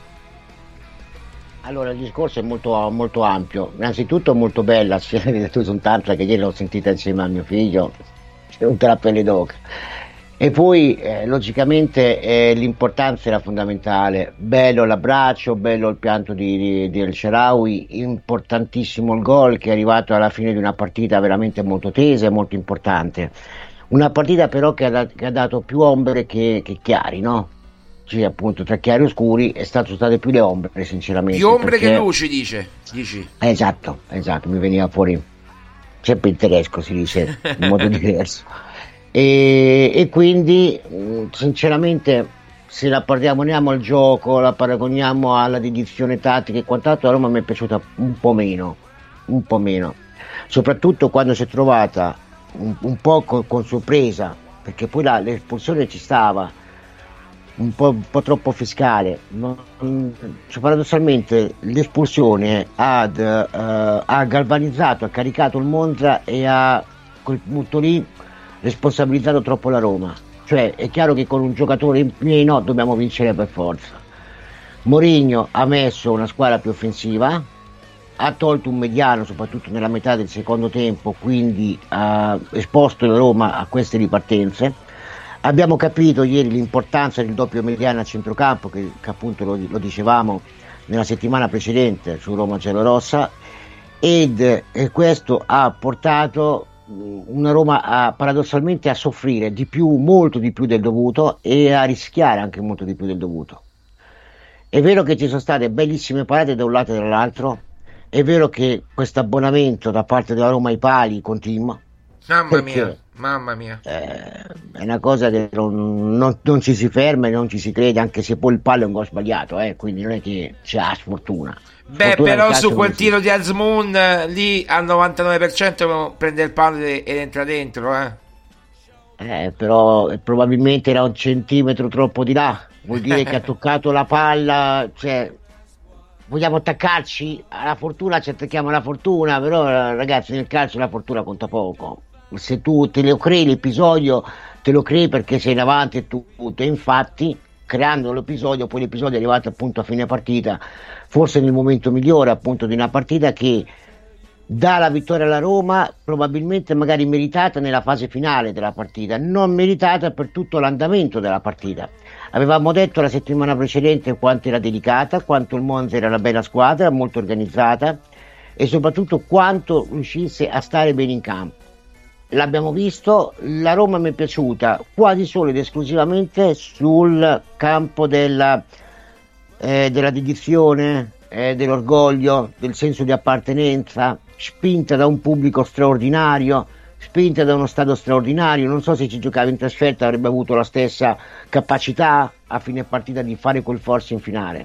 Allora, il discorso è molto, molto ampio. Innanzitutto molto bella, sia tu sono tanta che ieri l'ho sentita insieme a mio figlio, c'è un la pelle d'oca. E poi eh, logicamente eh, l'importanza era fondamentale. Bello l'abbraccio, bello il pianto di, di, di El Shaarawy, importantissimo il gol che è arrivato alla fine di una partita veramente molto tesa e molto importante. Una partita però che ha, dat- che ha dato più ombre che, che chiari, no? Cioè, appunto, tra chiari e oscuri è stato state più le ombre, sinceramente. Più ombre perché... che luci, dice. Dici. Esatto, esatto, mi veniva fuori sempre in tedesco, si dice in modo diverso. e, e quindi mh, sinceramente se la paragoniamo al gioco, la paragoniamo alla dedizione tattica e quant'altro, la Roma mi è piaciuta un po' meno, un po' meno, soprattutto quando si è trovata un, un po' con, con sorpresa, perché poi la, l'espulsione ci stava, un po', un po' troppo fiscale, no? Cioè, paradossalmente l'espulsione ad, uh, ha galvanizzato, ha caricato il Monza e ha a quel punto lì responsabilizzato troppo la Roma. Cioè è chiaro che con un giocatore in meno dobbiamo vincere per forza. Mourinho ha messo una squadra più offensiva, ha tolto un mediano soprattutto nella metà del secondo tempo, quindi ha esposto la Roma a queste ripartenze. Abbiamo capito ieri l'importanza del doppio mediano a centrocampo, che, che appunto lo, lo dicevamo nella settimana precedente su Roma Giallorossa, ed eh, questo ha portato una Roma a, paradossalmente a soffrire di più, molto di più del dovuto, e a rischiare anche molto di più del dovuto. È vero che ci sono state bellissime parate da un lato e dall'altro, è vero che questo abbonamento da parte della Roma ai pali continua, mamma mia, mamma mia, eh, è una cosa che non, non, non ci si ferma e non ci si crede, anche se poi il palo è un gol sbagliato, eh, quindi non è che c'è sfortuna. Beh, però su quel tiro di Azmoun lì al novantanove per cento prende il palo ed entra dentro, eh. Eh, però eh, probabilmente era un centimetro troppo di là, vuol dire che ha toccato la palla, cioè vogliamo attaccarci alla fortuna, ci attacchiamo alla fortuna, però ragazzi nel calcio la fortuna conta poco. Se tu te lo crei l'episodio, te lo crei perché sei in avanti e tutto, e infatti creando l'episodio, poi l'episodio è arrivato appunto a fine partita, forse nel momento migliore appunto di una partita che dà la vittoria alla Roma, probabilmente magari meritata nella fase finale della partita, non meritata per tutto l'andamento della partita. Avevamo detto la settimana precedente quanto era delicata, quanto il Monza era una bella squadra, molto organizzata, e soprattutto quanto riuscisse a stare bene in campo. L'abbiamo visto, la Roma mi è piaciuta quasi solo ed esclusivamente sul campo della, eh, della dedizione, eh, dell'orgoglio, del senso di appartenenza, spinta da un pubblico straordinario, spinta da uno stato straordinario. Non so se ci giocava in trasferta avrebbe avuto la stessa capacità a fine partita di fare quel force in finale,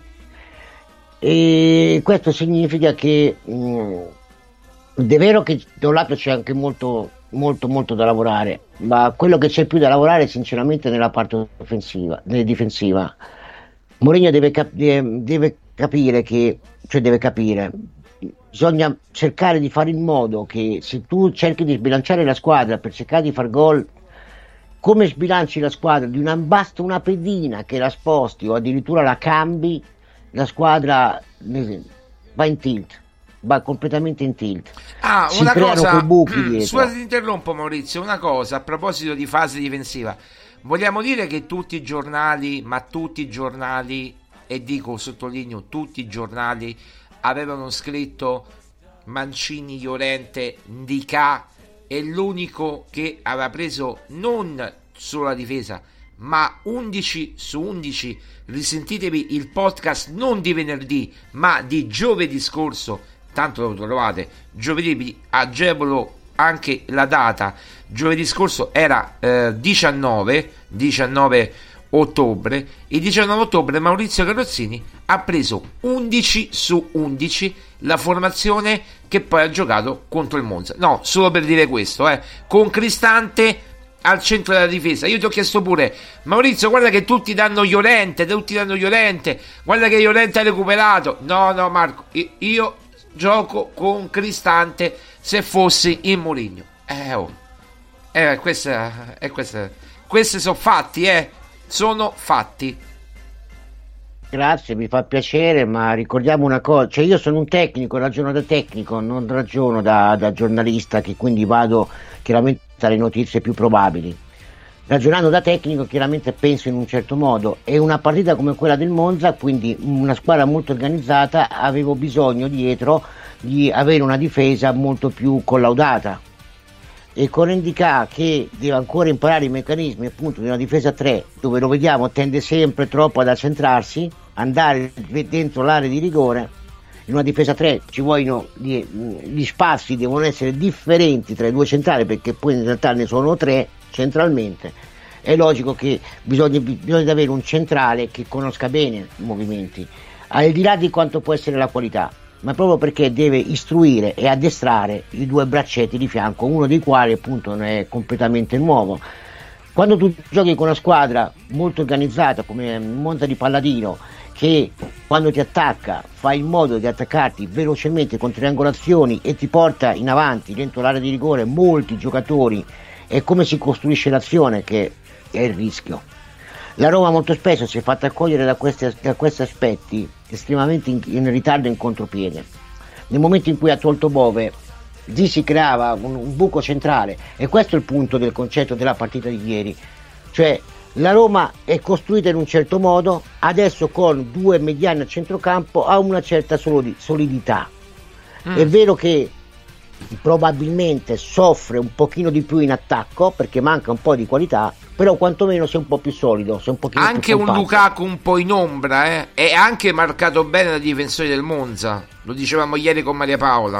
e questo significa che mh, è vero che da un lato c'è anche molto molto molto da lavorare, ma quello che c'è più da lavorare sinceramente nella parte offensiva, nella difensiva. Mourinho deve, cap- deve capire che, cioè deve capire, bisogna cercare di fare in modo che se tu cerchi di sbilanciare la squadra per cercare di far gol, come sbilanci la squadra, di una, basta una pedina che la sposti o addirittura la cambi, la squadra va in tilt, va completamente in tilt. Ah, si una creano cosa, quei buchi dietro. Scusa, ti interrompo Maurizio, una cosa a proposito di fase difensiva. Vogliamo dire che tutti i giornali, ma tutti i giornali, e dico, sottolineo, tutti i giornali avevano scritto Mancini, Llorente, Ndicà è l'unico che aveva preso non solo la difesa, ma undici su undici. Risentitevi il podcast non di venerdì, ma di giovedì scorso, tanto lo trovate, giovedì vi agevolo anche la data, giovedì scorso era eh, diciannove ottobre, il diciannove ottobre Maurizio Carrozzini ha preso undici su undici, la formazione che poi ha giocato contro il Monza. No, solo per dire questo, eh, con Cristante al centro della difesa. Io ti ho chiesto pure, Maurizio, guarda che tutti danno Llorente, tutti danno Llorente, guarda che Llorente ha recuperato. No, no Marco, io, io gioco con Cristante se fossi in Mourinho. Eh, oh. eh questa, è questa, questi sono fatti, eh, sono fatti. Grazie, mi fa piacere, ma ricordiamo una cosa, cioè io sono un tecnico, ragiono da tecnico, non ragiono da, da giornalista, che quindi vado chiaramente alle notizie più probabili. Ragionando da tecnico chiaramente penso in un certo modo, e una partita come quella del Monza, quindi una squadra molto organizzata, avevo bisogno dietro di avere una difesa molto più collaudata, e con Ndicà che deve ancora imparare i meccanismi appunto di una difesa a tre, dove lo vediamo tende sempre troppo ad accentrarsi, andare dentro l'area di rigore. In una difesa a tre ci vogliono gli, gli spazi devono essere differenti tra i due centrali, perché poi in realtà ne sono tre, centralmente, è logico che bisogna, bisogna avere un centrale che conosca bene i movimenti, al di là di quanto può essere la qualità, ma proprio perché deve istruire e addestrare i due braccetti di fianco, uno dei quali appunto non è completamente nuovo. Quando tu giochi con una squadra molto organizzata come Monza di Palladino, che quando ti attacca fa in modo di attaccarti velocemente con triangolazioni e ti porta in avanti dentro l'area di rigore molti giocatori, è come si costruisce l'azione che è il rischio. La Roma molto spesso si è fatta cogliere da questi, da questi aspetti estremamente in, in ritardo e in contropiede. Nel momento in cui ha tolto Bove, lì si creava un, un buco centrale, e questo è il punto del concetto della partita di ieri. Cioè la Roma è costruita in un certo modo, adesso con due mediani a centrocampo ha una certa solidità. Mm. È vero che probabilmente soffre un pochino di più in attacco perché manca un po' di qualità, però quantomeno sei un po' più solido, sei un pochino anche più un Lukaku un po' in ombra, eh? È anche marcato bene dai difensori del Monza, lo dicevamo ieri con Maria Paola.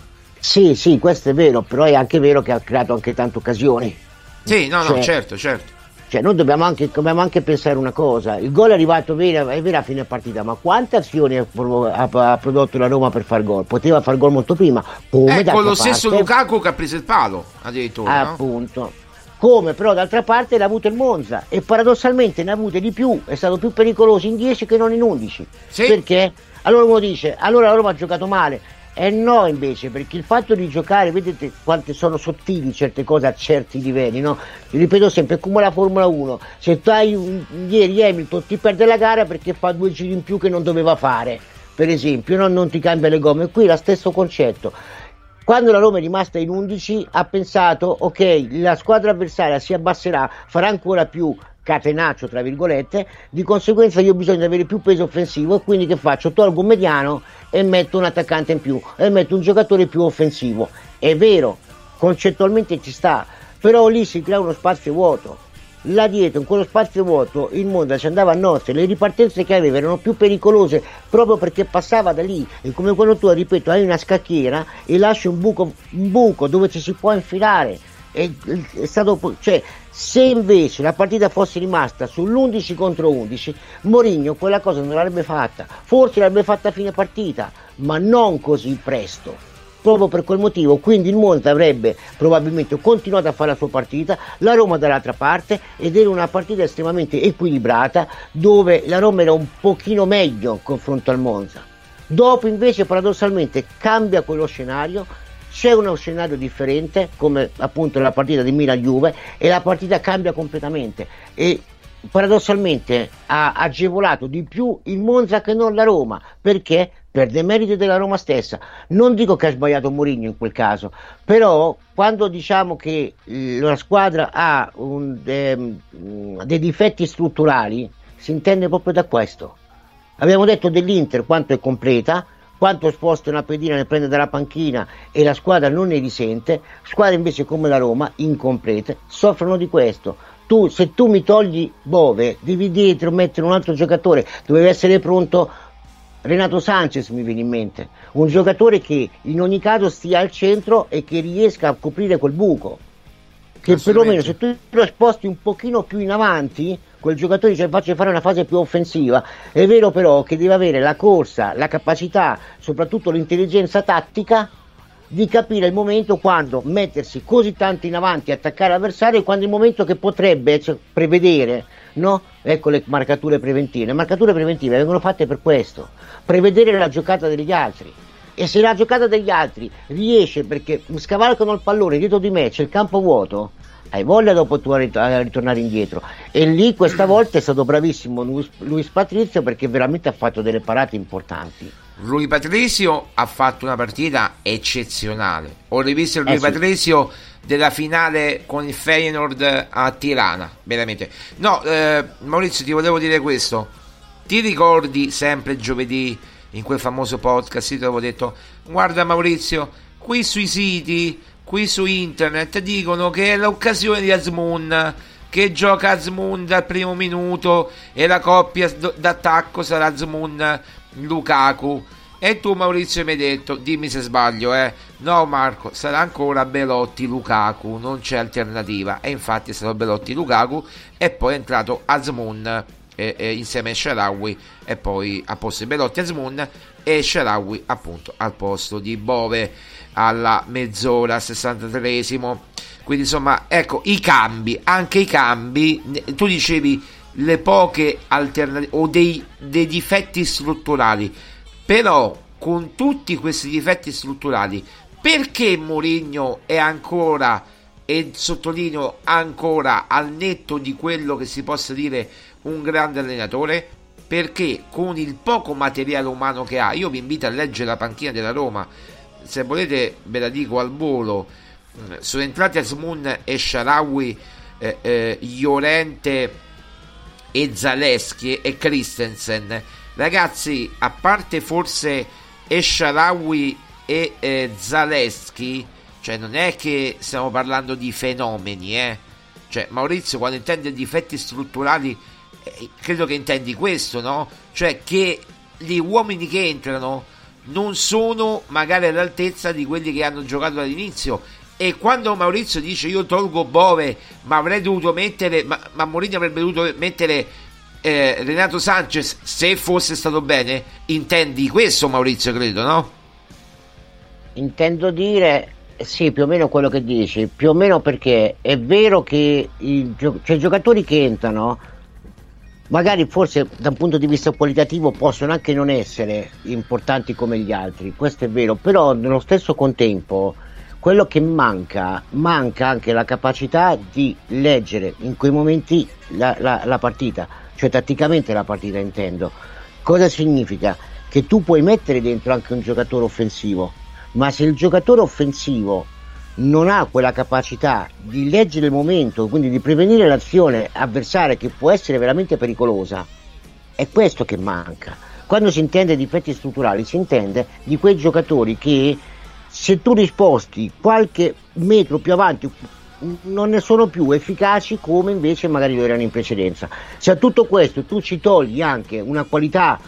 Sì, sì, questo è vero, però è anche vero che ha creato anche tante occasioni. Sì, no, cioè, no, certo, certo. Cioè, noi dobbiamo anche, dobbiamo anche pensare una cosa: il gol è arrivato vero, è vero a fine partita, ma quante azioni ha, ha, ha prodotto la Roma per far gol? Poteva far gol molto prima, come ecco lo stesso parte, Lukaku che ha preso il palo addirittura, appunto, no? Come però d'altra parte l'ha avuto il Monza, e paradossalmente ne ha avute di più, è stato più pericoloso in dieci che non in undici. Sì. Perché? Allora uno dice, allora la Roma ha giocato male. E eh no, invece, perché il fatto di giocare, vedete quante sono sottili certe cose a certi livelli, no? Vi ripeto sempre, è come la Formula uno: se tu hai un, ieri Hamilton ti perde la gara perché fa due giri in più che non doveva fare, per esempio, no? Non ti cambia le gomme. Qui è lo stesso concetto. Quando la Roma è rimasta in undici ha pensato, ok, la squadra avversaria si abbasserà, farà ancora più catenaccio tra virgolette, di conseguenza io ho bisogno di avere più peso offensivo, e quindi che faccio? Tolgo un mediano e metto un attaccante in più e metto un giocatore più offensivo. È vero, concettualmente ci sta, però lì si crea uno spazio vuoto. Là dietro, in quello spazio vuoto, il Monza ci andava a nozze, le ripartenze che aveva erano più pericolose proprio perché passava da lì. È come quando tu, ripeto, hai una scacchiera e lasci un buco, un buco dove ci si può infilare. È, è stato, cioè, se invece la partita fosse rimasta sull'undici contro undici, Mourinho quella cosa non l'avrebbe fatta, forse l'avrebbe fatta a fine partita, ma non così presto. Proprio per quel motivo, quindi il Monza avrebbe probabilmente continuato a fare la sua partita, la Roma dall'altra parte, ed era una partita estremamente equilibrata, dove la Roma era un pochino meglio in confronto al Monza. Dopo invece paradossalmente cambia quello scenario, c'è uno scenario differente, come appunto la partita di Milan-Juve, e la partita cambia completamente, e paradossalmente ha agevolato di più il Monza che non la Roma. Perché? Per demeriti della Roma stessa. Non dico che ha sbagliato Mourinho in quel caso, però quando diciamo che la squadra ha un, de, dei difetti strutturali, si intende proprio da questo. Abbiamo detto dell'Inter quanto è completa, quanto sposta una pedina, ne prende dalla panchina e la squadra non ne risente. Squadre invece come la Roma, incomplete, soffrono di questo. Tu, se tu mi togli Bove, devi dietro mettere un altro giocatore, doveva essere pronto Renato Sanchez, mi viene in mente, un giocatore che in ogni caso stia al centro e che riesca a coprire quel buco, che perlomeno se tu lo sposti un pochino più in avanti, quel giocatore ci faccia fare una fase più offensiva. È vero però che deve avere la corsa, la capacità, soprattutto l'intelligenza tattica di capire il momento quando mettersi così tanto in avanti e attaccare l'avversario, e quando il momento che potrebbe, cioè, prevedere, no? Ecco le marcature preventive. Le marcature preventive vengono fatte per questo, prevedere la giocata degli altri. E se la giocata degli altri riesce, perché scavalcano il pallone dietro di me, c'è il campo vuoto, hai voglia dopo tu a ritornare indietro. E lì questa volta è stato bravissimo Luis, Luis Patrizio, perché veramente ha fatto delle parate importanti. Rui Patrizio ha fatto una partita eccezionale. Ho rivisto il Rui eh sì. Patrizio della finale con il Feyenoord a Tirana, veramente. No, eh, Maurizio, ti volevo dire questo. Ti ricordi sempre giovedì in quel famoso podcast ti avevo detto: guarda Maurizio, qui sui siti, qui su internet dicono che è l'occasione di Azmoun, che gioca Azmoun dal primo minuto e la coppia d'attacco sarà Azmoun Lukaku. E tu Maurizio mi hai detto, dimmi se sbaglio, eh? No Marco, sarà ancora Belotti Lukaku, non c'è alternativa. E infatti è stato Belotti Lukaku e poi è entrato Azmoun eh, eh, insieme a Shaarawy, e poi a posto di Belotti Azmoun e Shaarawy appunto al posto di Bove alla mezz'ora, sessantatreesimo. Quindi insomma, ecco, i cambi, anche i cambi, tu dicevi le poche alternative o dei, dei difetti strutturali, però con tutti questi difetti strutturali, perché Mourinho è ancora, e sottolineo ancora, al netto di quello che si possa dire un grande allenatore? Perché con il poco materiale umano che ha, io vi invito a leggere la panchina della Roma, se volete ve la dico al volo. Sono entrati Azmoun e Shaarawy, eh, eh, Llorente e Zaleschi e Christensen. Ragazzi, a parte forse e Shaarawy e eh, Zaleschi, cioè non è che stiamo parlando di fenomeni, eh? Cioè Maurizio, quando intende difetti strutturali, eh, credo che intendi questo, no? Cioè che gli uomini che entrano non sono magari all'altezza di quelli che hanno giocato dall'inizio. E quando Maurizio dice io tolgo Bove, ma avrei dovuto mettere, ma, ma Mourinho avrebbe dovuto mettere eh, Renato Sanchez se fosse stato bene, intendi questo Maurizio, credo, no? Intendo dire, sì, più o meno quello che dici, più o meno, perché è vero che i, cioè, i giocatori che entrano magari forse da un punto di vista qualitativo possono anche non essere importanti come gli altri, questo è vero, però nello stesso contempo quello che manca, manca anche la capacità di leggere in quei momenti la, la, la partita, cioè tatticamente la partita intendo. Cosa significa? Che tu puoi mettere dentro anche un giocatore offensivo, ma se il giocatore offensivo non ha quella capacità di leggere il momento, quindi di prevenire l'azione avversaria che può essere veramente pericolosa, è questo che manca. Quando si intende difetti strutturali si intende di quei giocatori che se tu risposti qualche metro più avanti non ne sono più efficaci come invece magari lo erano in precedenza. Se a tutto questo tu ci togli anche una qualità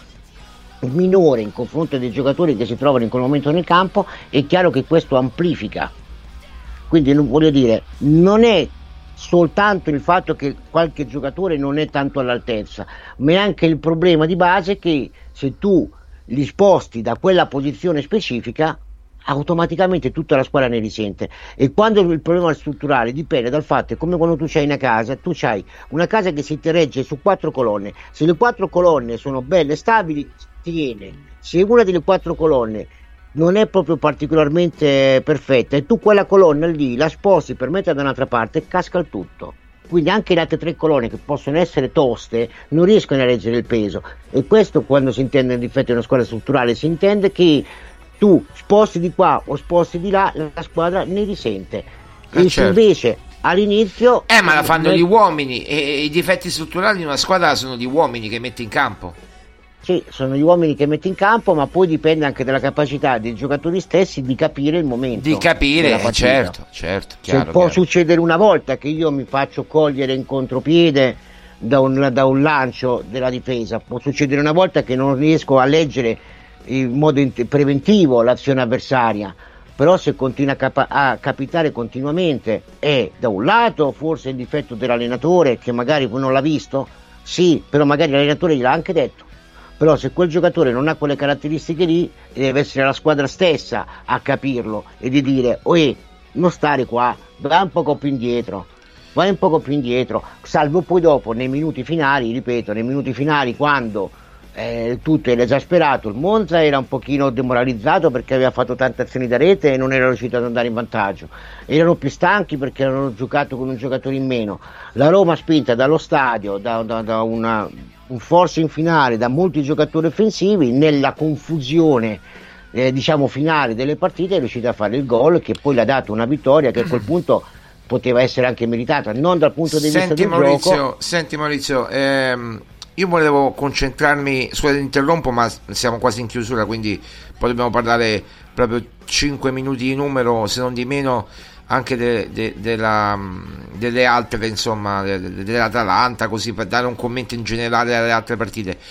minore in confronto dei giocatori che si trovano in quel momento nel campo, è chiaro che questo amplifica. Quindi non voglio dire, non è soltanto il fatto che qualche giocatore non è tanto all'altezza, ma è anche il problema di base che se tu li sposti da quella posizione specifica automaticamente tutta la squadra ne risente. E quando il problema strutturale dipende dal fatto, è come quando tu c'hai una casa, tu c'hai una casa che si regge su quattro colonne, se le quattro colonne sono belle stabili tiene, se una delle quattro colonne non è proprio particolarmente perfetta e tu quella colonna lì la sposti per metterla da un'altra parte, casca il tutto. Quindi anche le altre tre colonne che possono essere toste non riescono a reggere il peso, e questo quando si intende il difetto di una squadra strutturale si intende che tu sposti di qua o sposti di là, la squadra ne risente. Eh e certo. Invece all'inizio Eh ma la fanno gli uomini, e i difetti strutturali in una squadra sono gli uomini che metti in campo. Sì, sono gli uomini che metti in campo, ma poi dipende anche dalla capacità dei giocatori stessi di capire il momento. Di capire, eh, certo, certo, chiaro, Se può chiaro. succedere una volta che io mi faccio cogliere in contropiede da un, da un lancio della difesa, può succedere una volta che non riesco a leggere in modo int- preventivo l'azione avversaria, però se continua a, capa- a capitare continuamente è da un lato forse il difetto dell'allenatore che magari non l'ha visto, sì, però magari l'allenatore gliel'ha anche detto. Però se quel giocatore non ha quelle caratteristiche lì, deve essere la squadra stessa a capirlo e di dire oe, non stare qua, vai un poco più indietro, vai un poco più indietro, salvo poi dopo nei minuti finali, ripeto, nei minuti finali quando eh, tutto era esasperato, il Monza era un pochino demoralizzato perché aveva fatto tante azioni da rete e non era riuscito ad andare in vantaggio, erano più stanchi perché avevano giocato con un giocatore in meno, la Roma spinta dallo stadio, da, da, da una... un forcing finale da molti giocatori offensivi, nella confusione eh, diciamo finale delle partite è riuscito a fare il gol che poi le ha dato una vittoria che a quel punto poteva essere anche meritata, non dal punto di vista Senti del Maurizio, gioco. senti Maurizio, ehm, io volevo concentrarmi, scusate interrompo ma siamo quasi in chiusura, quindi poi dobbiamo parlare proprio cinque minuti di numero, se non di meno, anche de, de, de la, delle altre, insomma, de, de, dell'Atalanta, così per dare un commento in generale alle altre partite.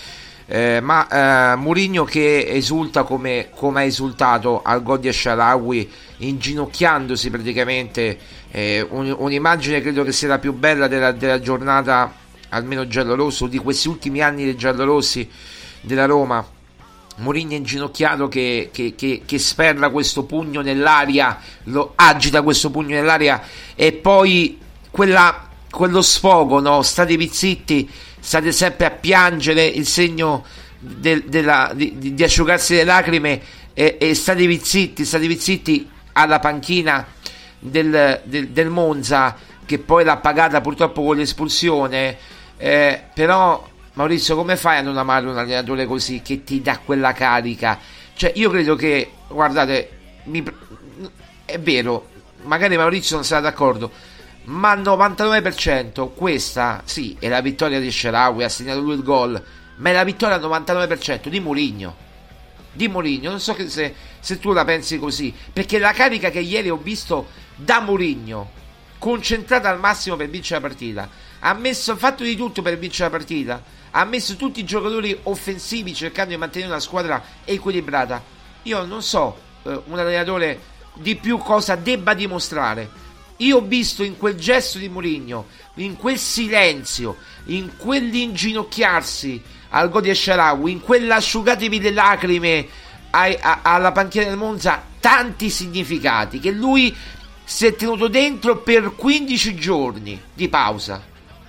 Eh, ma eh, Mourinho che esulta come, come ha esultato al gol di El-Shaarawy, inginocchiandosi praticamente, eh, un, un'immagine credo che sia la più bella della, della giornata, almeno giallorosso, di questi ultimi anni dei giallorossi della Roma. Mourinho inginocchiato che, che, che, che sferra questo pugno nell'aria, lo agita questo pugno nell'aria, e poi quella, quello sfogo, no? Statevi zitti, state sempre a piangere, il segno del, della, di, di asciugarsi le lacrime, e, e statevi zitti, statevi zitti alla panchina del, del, del Monza, che poi l'ha pagata purtroppo con l'espulsione. Eh, però Maurizio, come fai a non amare un allenatore così, che ti dà quella carica? Cioè, io credo che, guardate, mi, è vero, magari Maurizio non sarà d'accordo, ma al novantanove per cento questa sì è la vittoria di El-Shaarawy, ha segnato lui il gol, ma è la vittoria al novantanove per cento di Mourinho. Di Mourinho, non so che se, se tu la pensi così, perché la carica che ieri ho visto da Mourinho, concentrata al massimo per vincere la partita, ha messo, ha fatto di tutto per vincere la partita, ha messo tutti i giocatori offensivi cercando di mantenere una squadra equilibrata. Io non so eh, un allenatore di più cosa debba dimostrare. Io ho visto in quel gesto di Mourinho, in quel silenzio, in quell'inginocchiarsi al gol di El-Shaarawy, in quell'asciugatevi le lacrime ai, a, alla panchina del Monza, tanti significati che lui si è tenuto dentro per quindici giorni di pausa.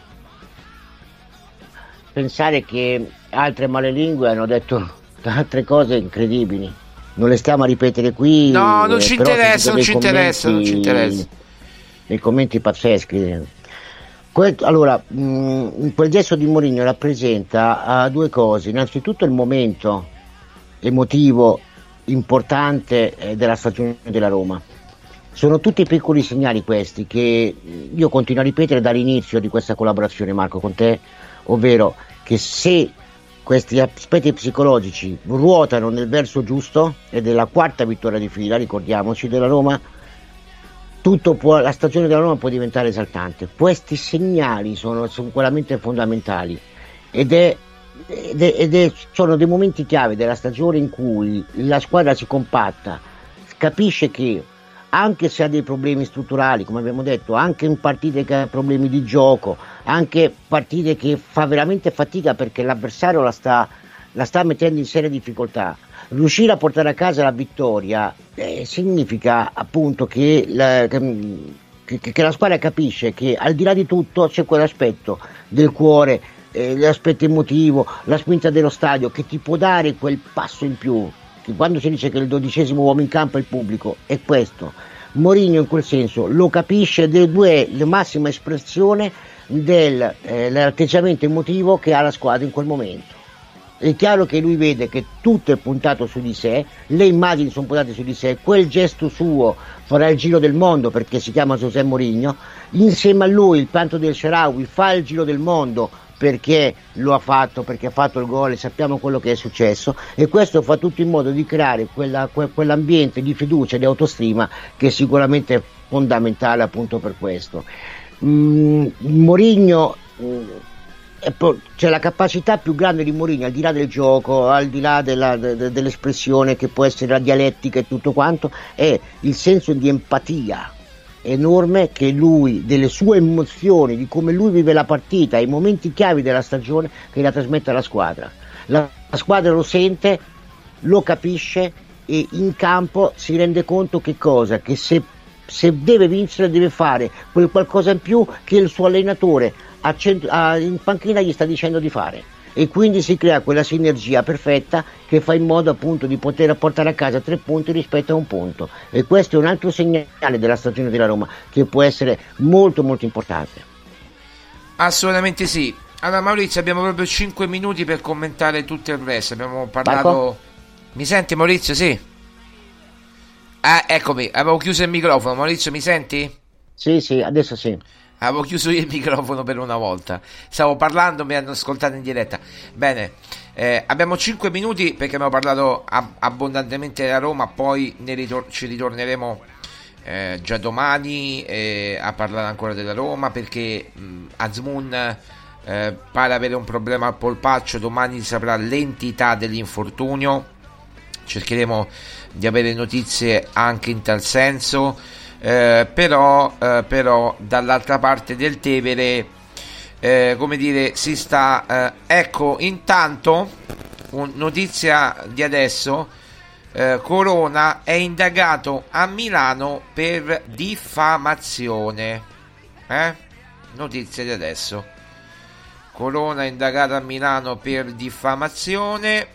Pensare che altre malelingue hanno detto altre cose incredibili, non le stiamo a ripetere qui. No, non eh, ci però interessa, non ci commenti, interessa, non ci interessa. Nei commenti pazzeschi. Que- allora, mh, quel gesto di Mourinho rappresenta uh, due cose. Innanzitutto il momento emotivo importante eh, della stagione della Roma. Sono tutti piccoli segnali questi che io continuo a ripetere dall'inizio di questa collaborazione, Marco, con te, ovvero che se questi aspetti psicologici ruotano nel verso giusto, ed è la quarta vittoria di fila, ricordiamoci, della Roma, tutto può, la stagione della Roma può diventare esaltante. Questi segnali sono sicuramente fondamentali ed è, ed è, ed è sono dei momenti chiave della stagione in cui la squadra si compatta, capisce che anche se ha dei problemi strutturali, come abbiamo detto, anche in partite che ha problemi di gioco, anche partite che fa veramente fatica perché l'avversario la sta, la sta mettendo in seria difficoltà, riuscire a portare a casa la vittoria eh, significa appunto che la, che, che la squadra capisce che al di là di tutto c'è quell'aspetto del cuore, eh, l'aspetto emotivo, la spinta dello stadio che ti può dare quel passo in più. Quando si dice che il dodicesimo uomo in campo è il pubblico, è questo. Mourinho in quel senso lo capisce ed è due, la massima espressione dell'atteggiamento eh, emotivo che ha la squadra in quel momento. È chiaro che lui vede che tutto è puntato su di sé, le immagini sono puntate su di sé, quel gesto suo farà il giro del mondo perché si chiama José Mourinho, insieme a lui il pianto del El-Shaarawy fa il giro del mondo perché lo ha fatto, perché ha fatto il gol e sappiamo quello che è successo, e questo fa tutto in modo di creare quella, que, quell'ambiente di fiducia e di autostima che è sicuramente fondamentale appunto per questo. Mm, Mourinho, mm, c'è la capacità più grande di Mourinho, al di là del gioco, al di là della, de, dell'espressione che può essere la dialettica e tutto quanto, è il senso di empatia enorme che lui, delle sue emozioni, di come lui vive la partita, i momenti chiavi della stagione che la trasmette alla squadra. La, la squadra lo sente, lo capisce e in campo si rende conto che cosa? Che se, se deve vincere deve fare quel qualcosa in più che il suo allenatore a cent- a, in panchina gli sta dicendo di fare, e quindi si crea quella sinergia perfetta che fa in modo appunto di poter portare a casa tre punti rispetto a un punto, e questo è un altro segnale della stagione della Roma che può essere molto molto importante. Assolutamente sì. Allora Maurizio, abbiamo proprio cinque minuti per commentare tutto il resto. Abbiamo parlato. Marco? Mi senti Maurizio? Sì. Ah, eccomi, avevo chiuso il microfono. Maurizio, mi senti? Sì, sì, adesso sì. Avevo chiuso io il microfono per una volta. Stavo parlando, mi hanno ascoltato in diretta. Bene, eh, abbiamo cinque minuti perché abbiamo parlato ab- abbondantemente della Roma. Poi ne ritor- ci ritorneremo eh, già domani eh, a parlare ancora della Roma, perché mh, Azmoun eh, pare avere un problema al polpaccio, domani si saprà l'entità dell'infortunio, cercheremo di avere notizie anche in tal senso, eh, però, eh, però dall'altra parte del Tevere, eh, come dire, si sta, eh, ecco, intanto un, notizia di adesso, eh, Corona è indagato a Milano per diffamazione, eh? Notizia di adesso, Corona è indagato a Milano per diffamazione.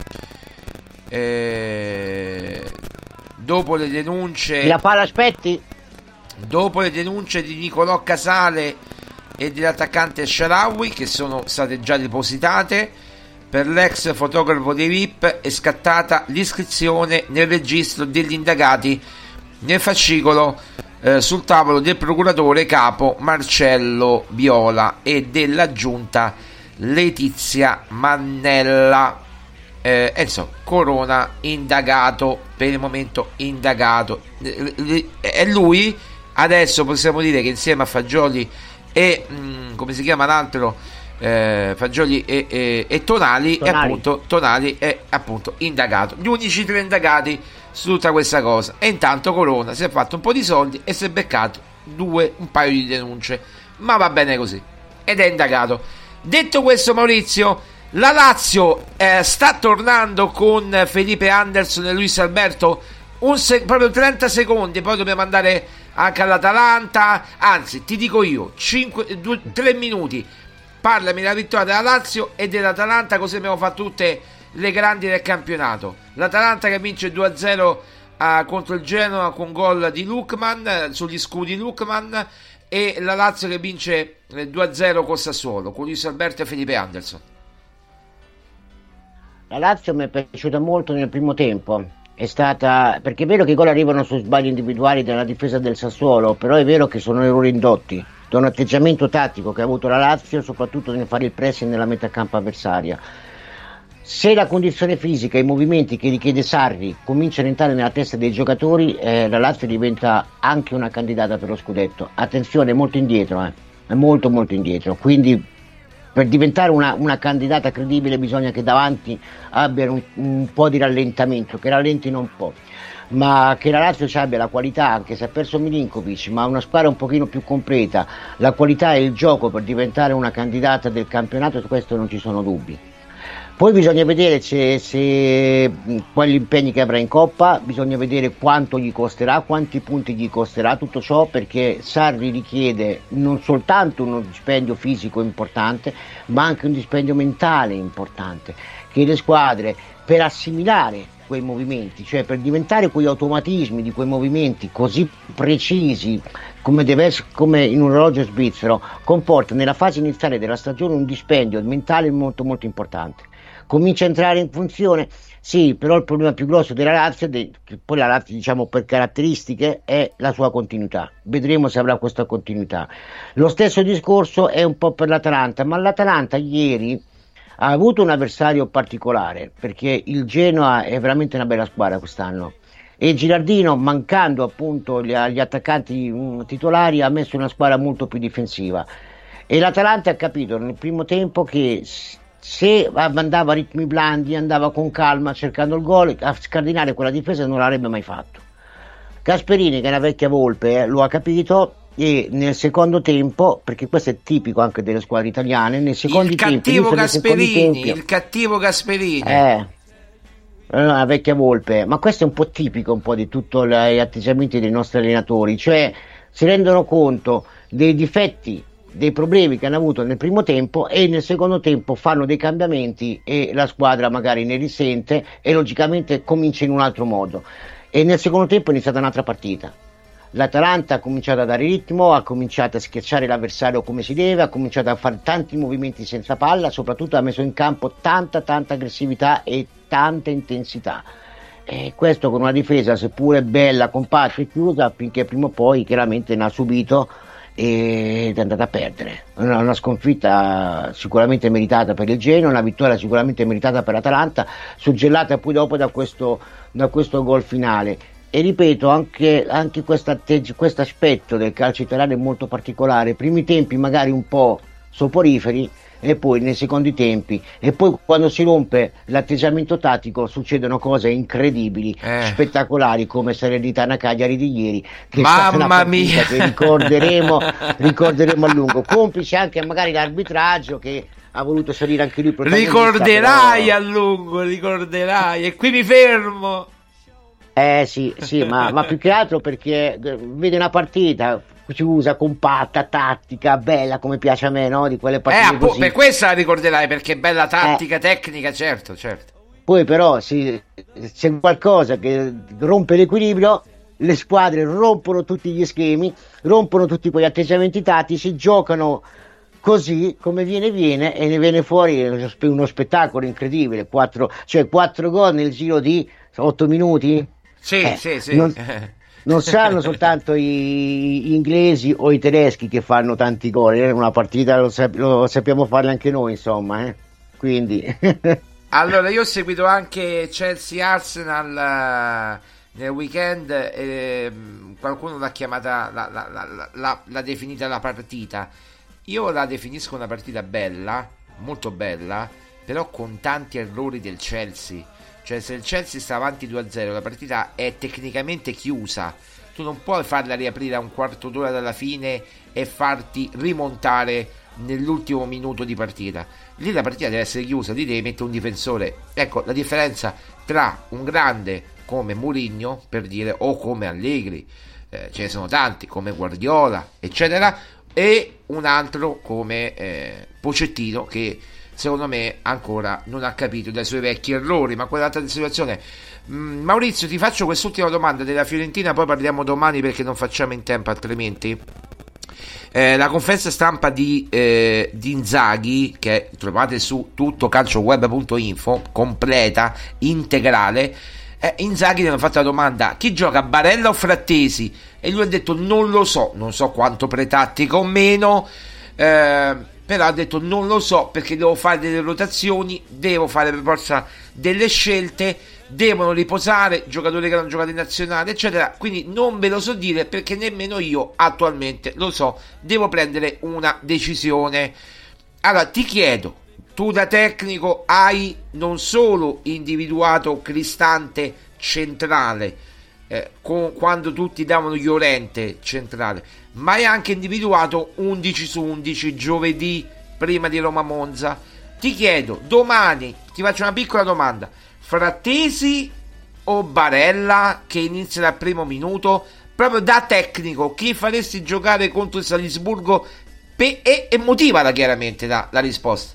Eh, dopo le denunce La palla aspetti? dopo le denunce di Nicolò Casale e dell'attaccante Sharawi, che sono state già depositate, per l'ex fotografo dei V I P è scattata l'iscrizione nel registro degli indagati nel fascicolo eh, sul tavolo del procuratore capo Marcello Viola e dell'aggiunta Letizia Mannella. Eh, insomma, Corona indagato, per il momento indagato, è lui. Adesso possiamo dire che insieme a Fagioli e mh, come si chiama l'altro, eh, Fagioli e, e, e Tonali, Tonali. È appunto Tonali è appunto indagato, gli unici tre indagati su tutta questa cosa. E intanto Corona si è fatto un po' di soldi e si è beccato due un paio di denunce, ma va bene così, ed è indagato. Detto questo, Maurizio, la Lazio eh, sta tornando con Felipe Anderson e Luis Alberto, un se- proprio trenta secondi, poi dobbiamo andare anche all'Atalanta. Anzi, ti dico io, tre minuti, parlami della vittoria della Lazio e dell'Atalanta, così abbiamo fatto tutte le grandi del campionato. L'Atalanta che vince due a zero uh, contro il Genoa con gol di Lookman, uh, sugli scudi Lookman, e la Lazio che vince eh, due a zero con Sassuolo, con Luis Alberto e Felipe Anderson. La Lazio mi è piaciuta molto nel primo tempo, è stata, perché è vero che i gol arrivano su sbagli individuali della difesa del Sassuolo, però è vero che sono errori indotti da un atteggiamento tattico che ha avuto la Lazio, soprattutto nel fare il pressing nella metà campo avversaria. Se la condizione fisica e i movimenti che richiede Sarri cominciano a entrare nella testa dei giocatori, eh, la Lazio diventa anche una candidata per lo scudetto. Attenzione, è molto indietro, eh. è molto molto indietro, quindi per diventare una, una candidata credibile bisogna che davanti abbiano un, un po' di rallentamento, che rallentino un po', ma che la Lazio abbia la qualità, anche se ha perso Milinkovic, ma una squadra un pochino più completa, la qualità e il gioco per diventare una candidata del campionato, su questo non ci sono dubbi. Poi bisogna vedere se, se quali impegni che avrà in Coppa, bisogna vedere quanto gli costerà, quanti punti gli costerà tutto ciò, perché Sarri richiede non soltanto uno dispendio fisico importante, ma anche un dispendio mentale importante, che le squadre per assimilare quei movimenti, cioè per diventare quegli automatismi di quei movimenti così precisi come deve essere, come in un orologio svizzero, comporta nella fase iniziale della stagione un dispendio mentale molto molto importante. Comincia a entrare in funzione, sì, però il problema più grosso della Lazio, de, che poi la Lazio, diciamo, per caratteristiche, è la sua continuità. Vedremo se avrà questa continuità. Lo stesso discorso è un po' per l'Atalanta, ma l'Atalanta ieri ha avuto un avversario particolare, perché il Genoa è veramente una bella squadra quest'anno, e Girardino, mancando appunto gli, gli attaccanti um, titolari, ha messo una squadra molto più difensiva, e l'Atalanta ha capito nel primo tempo che se andava a ritmi blandi, andava con calma cercando il gol, a scardinare quella difesa non l'avrebbe mai fatto. Gasperini, che è una vecchia volpe, eh, lo ha capito, e nel secondo tempo, perché questo è tipico anche delle squadre italiane, nel secondo il tempo cattivo Gasperini, tempi, il cattivo Gasperini eh, una vecchia volpe, ma questo è un po' tipico un po' di tutti gli atteggiamenti dei nostri allenatori, cioè si rendono conto dei difetti, dei problemi che hanno avuto nel primo tempo, e nel secondo tempo fanno dei cambiamenti e la squadra magari ne risente e logicamente comincia in un altro modo, e nel secondo tempo è iniziata un'altra partita. L'Atalanta ha cominciato a dare ritmo, ha cominciato a schiacciare l'avversario come si deve, ha cominciato a fare tanti movimenti senza palla, soprattutto ha messo in campo tanta tanta aggressività e tanta intensità, e questo con una difesa seppure bella, compatta e chiusa, finché prima o poi chiaramente ne ha subito ed è andata a perdere. Una, una sconfitta sicuramente meritata per il Genoa, una vittoria sicuramente meritata per l'Atalanta, suggellata poi dopo da questo, da questo gol finale. E ripeto, anche, anche questo aspetto del calcio italiano è molto particolare. Primi tempi magari un po' soporiferi, e poi nei secondi tempi, e poi quando si rompe l'atteggiamento tattico succedono cose incredibili, Eh. spettacolari, come Salernitana Cagliari di ieri, che è Mamma stata una partita mia. che ricorderemo, ricorderemo a lungo, complice anche magari l'arbitraggio che ha voluto salire anche lui protagonista, Ricorderai però- a lungo, ricorderai. E qui mi fermo. Eh sì, sì, ma, ma più che altro perché eh, vede una partita chiusa, compatta, tattica, bella come piace a me, no? Di quelle Eh, partite appunto, così. per questa la ricorderai, perché è bella tattica, tecnica, certo, certo. Poi però sì, c'è qualcosa che rompe l'equilibrio, le squadre rompono tutti gli schemi, rompono tutti quegli atteggiamenti tattici, giocano così come viene viene e ne viene fuori uno spettacolo incredibile, quattro, cioè quattro gol nel giro di otto minuti. Sì, Eh, sì, sì. non- Non saranno soltanto i, gli inglesi o i tedeschi che fanno tanti gol, eh, una partita lo, sap- lo sappiamo fare anche noi, insomma, eh. Quindi Allora, io ho seguito anche Chelsea-Arsenal eh, nel weekend, e mm, qualcuno l'ha chiamata, l'ha, l'ha- l'ha- l'ha- l'ha definita la partita. Io la definisco una partita bella, molto bella, però con tanti errori del Chelsea. Cioè, se il Chelsea sta avanti due a zero, la partita è tecnicamente chiusa. Tu non puoi farla riaprire a un quarto d'ora dalla fine e farti rimontare nell'ultimo minuto di partita. Lì la partita deve essere chiusa, lì devi mettere un difensore. Ecco la differenza tra un grande come Mourinho, per dire, o come Allegri, eh, ce ne sono tanti, come Guardiola, eccetera, e un altro come eh, Pochettino, che secondo me ancora non ha capito dai suoi vecchi errori. Ma quell'altra situazione, mm, Maurizio, ti faccio quest'ultima domanda della Fiorentina, poi parliamo domani perché non facciamo in tempo altrimenti. Eh, la conferenza stampa di, eh, di Inzaghi, che trovate su tuttocalcioweb punto info, completa, integrale, eh, Inzaghi gli hanno fatto la domanda: chi gioca, Barella o Frattesi? E lui ha detto non lo so, non so quanto pretattica o meno, eh, però ha detto non lo so perché devo fare delle rotazioni, devo fare per forza delle scelte, devono riposare giocatori che hanno giocato in nazionale, eccetera. Quindi non ve lo so dire perché nemmeno io attualmente lo so, devo prendere una decisione. Allora ti chiedo, tu da tecnico hai non solo individuato Cristante centrale, eh, con, quando tutti davano Llorente centrale, ma hai anche individuato undici su undici giovedì prima di Roma Monza. Ti chiedo, domani ti faccio una piccola domanda: Frattesi o Barella che inizia dal primo minuto? Proprio da tecnico, chi faresti giocare contro il Salisburgo? Pe- e, e motivala chiaramente la, la risposta.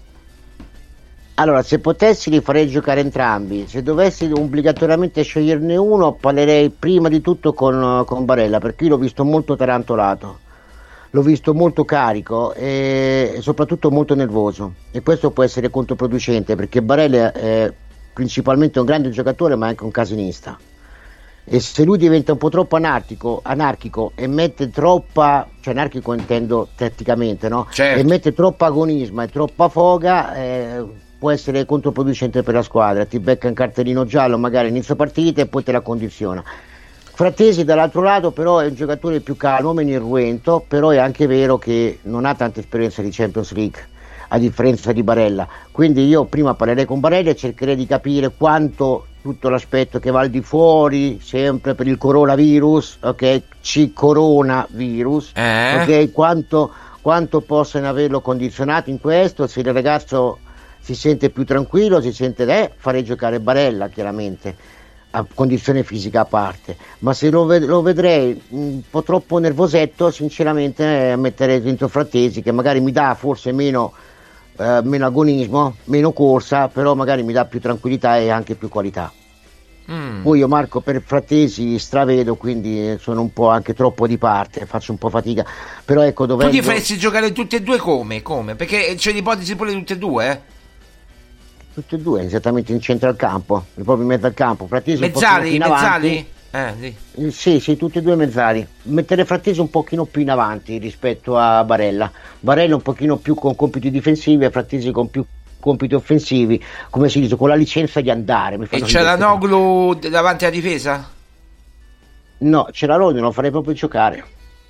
allora, se potessi li farei giocare entrambi. Se dovessi obbligatoriamente sceglierne uno, parlerei prima di tutto con, con Barella, perché io l'ho visto molto tarantolato, l'ho visto molto carico e soprattutto molto nervoso, e questo può essere controproducente perché Barella è principalmente un grande giocatore ma anche un casinista, e se lui diventa un po' troppo anarchico, anarchico e mette troppa, cioè anarchico intendo tatticamente, no? Certo. E mette troppo agonismo e troppa foga, eh, può essere controproducente per la squadra, ti becca un cartellino giallo magari inizio partita e poi te la condiziona. Frattesi dall'altro lato però è un giocatore più calmo, meno irruento, però è anche vero che non ha tanta esperienza di Champions League, a differenza di Barella, quindi io prima parlerei con Barella e cercherei di capire quanto tutto l'aspetto che va al di fuori, sempre per il coronavirus, ok, C coronavirus, Eh? ok, quanto, quanto possono averlo condizionato in questo. Se il ragazzo si sente più tranquillo, si sente, eh, farei giocare Barella chiaramente, a condizione fisica a parte, ma se lo, ved- lo vedrei un po' troppo nervosetto, sinceramente eh, metterei dentro Frattesi, che magari mi dà forse meno, eh, meno agonismo, meno corsa, però magari mi dà più tranquillità e anche più qualità. Mm. Poi io Marco per Frattesi stravedo, quindi sono un po' anche troppo di parte, faccio un po' fatica, però ecco, Tu dovendo... ti faresti giocare tutti e due come? Come? Perché c'è l'ipotesi pure di tutti e due, eh? Tutti e due esattamente in centro al campo, proprio in mezzo al campo. Frattesi un pochino più Mezzali, in avanti. mezzali? Eh, sì. Eh, Sì, sì, tutti e due mezzali. Mettere Frattesi un pochino più in avanti rispetto a Barella. Barella un pochino più con compiti difensivi e Frattesi con più compiti offensivi, come si dice, con la licenza di andare. Mi E fanno c'è la ridere. Noglu davanti alla difesa? No, c'è la Rodi, non lo farei proprio giocare.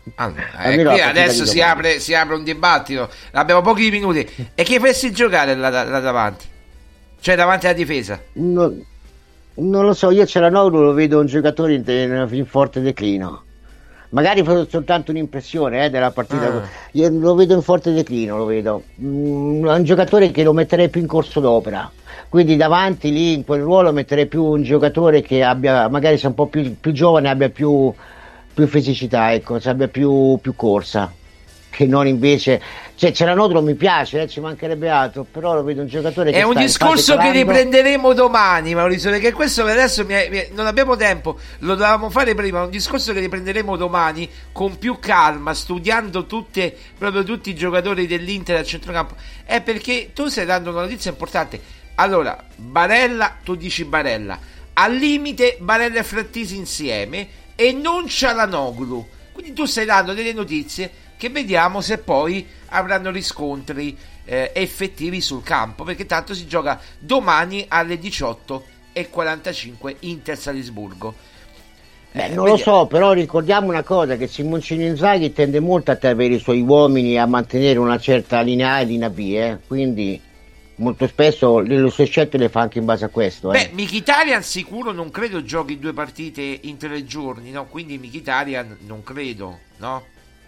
Allora, eh, Almeno qui la partita adesso di si domani. apre, si apre un dibattito. Abbiamo pochi minuti. E chi faresti giocare là, là davanti? Cioè davanti alla difesa? Non, non lo so, io Cialanoglu lo vedo un giocatore in, in forte declino. Magari fa soltanto un'impressione eh, della partita. Ah. Io lo vedo in forte declino, lo vedo. Mm, è un giocatore che lo metterei più in corso d'opera. Quindi davanti lì in quel ruolo metterei più un giocatore che abbia, magari sia un po' più, più giovane, abbia più, più fisicità, ecco, se abbia più, più corsa. Che non invece, cioè Cialanoglu mi piace, eh, ci mancherebbe altro, però lo vedo un giocatore che È un sta in discorso fase che calando. riprenderemo domani, Maurizio, perché questo per adesso mi è- mi è- non abbiamo tempo, lo dovevamo fare prima. È un discorso che riprenderemo domani con più calma, studiando tutte, proprio tutti i giocatori dell'Inter al centrocampo. È perché tu stai dando una notizia importante. Allora, Barella, tu dici Barella, al limite Barella e Frattesi insieme e non Cialanoglu. Quindi tu stai dando delle notizie che vediamo se poi avranno riscontri eh, effettivi sul campo, perché tanto si gioca domani alle diciotto e quarantacinque Inter Salisburgo. Beh, Eh, non lo vediamo. so, però ricordiamo una cosa, che Simoncino Inzaghi tende molto a avere i suoi uomini a mantenere una certa linea A e linea B, eh? Quindi molto spesso le, le sue scelte le fa anche in base a questo. Beh, Eh. Mkhitaryan sicuro non credo giochi due partite in tre giorni, no? Quindi Mkhitaryan non credo, no?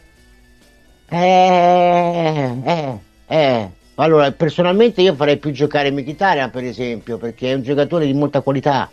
Eh, eh, eh. Allora, personalmente io farei più giocare Mkhitaryan, per esempio, perché è un giocatore di molta qualità.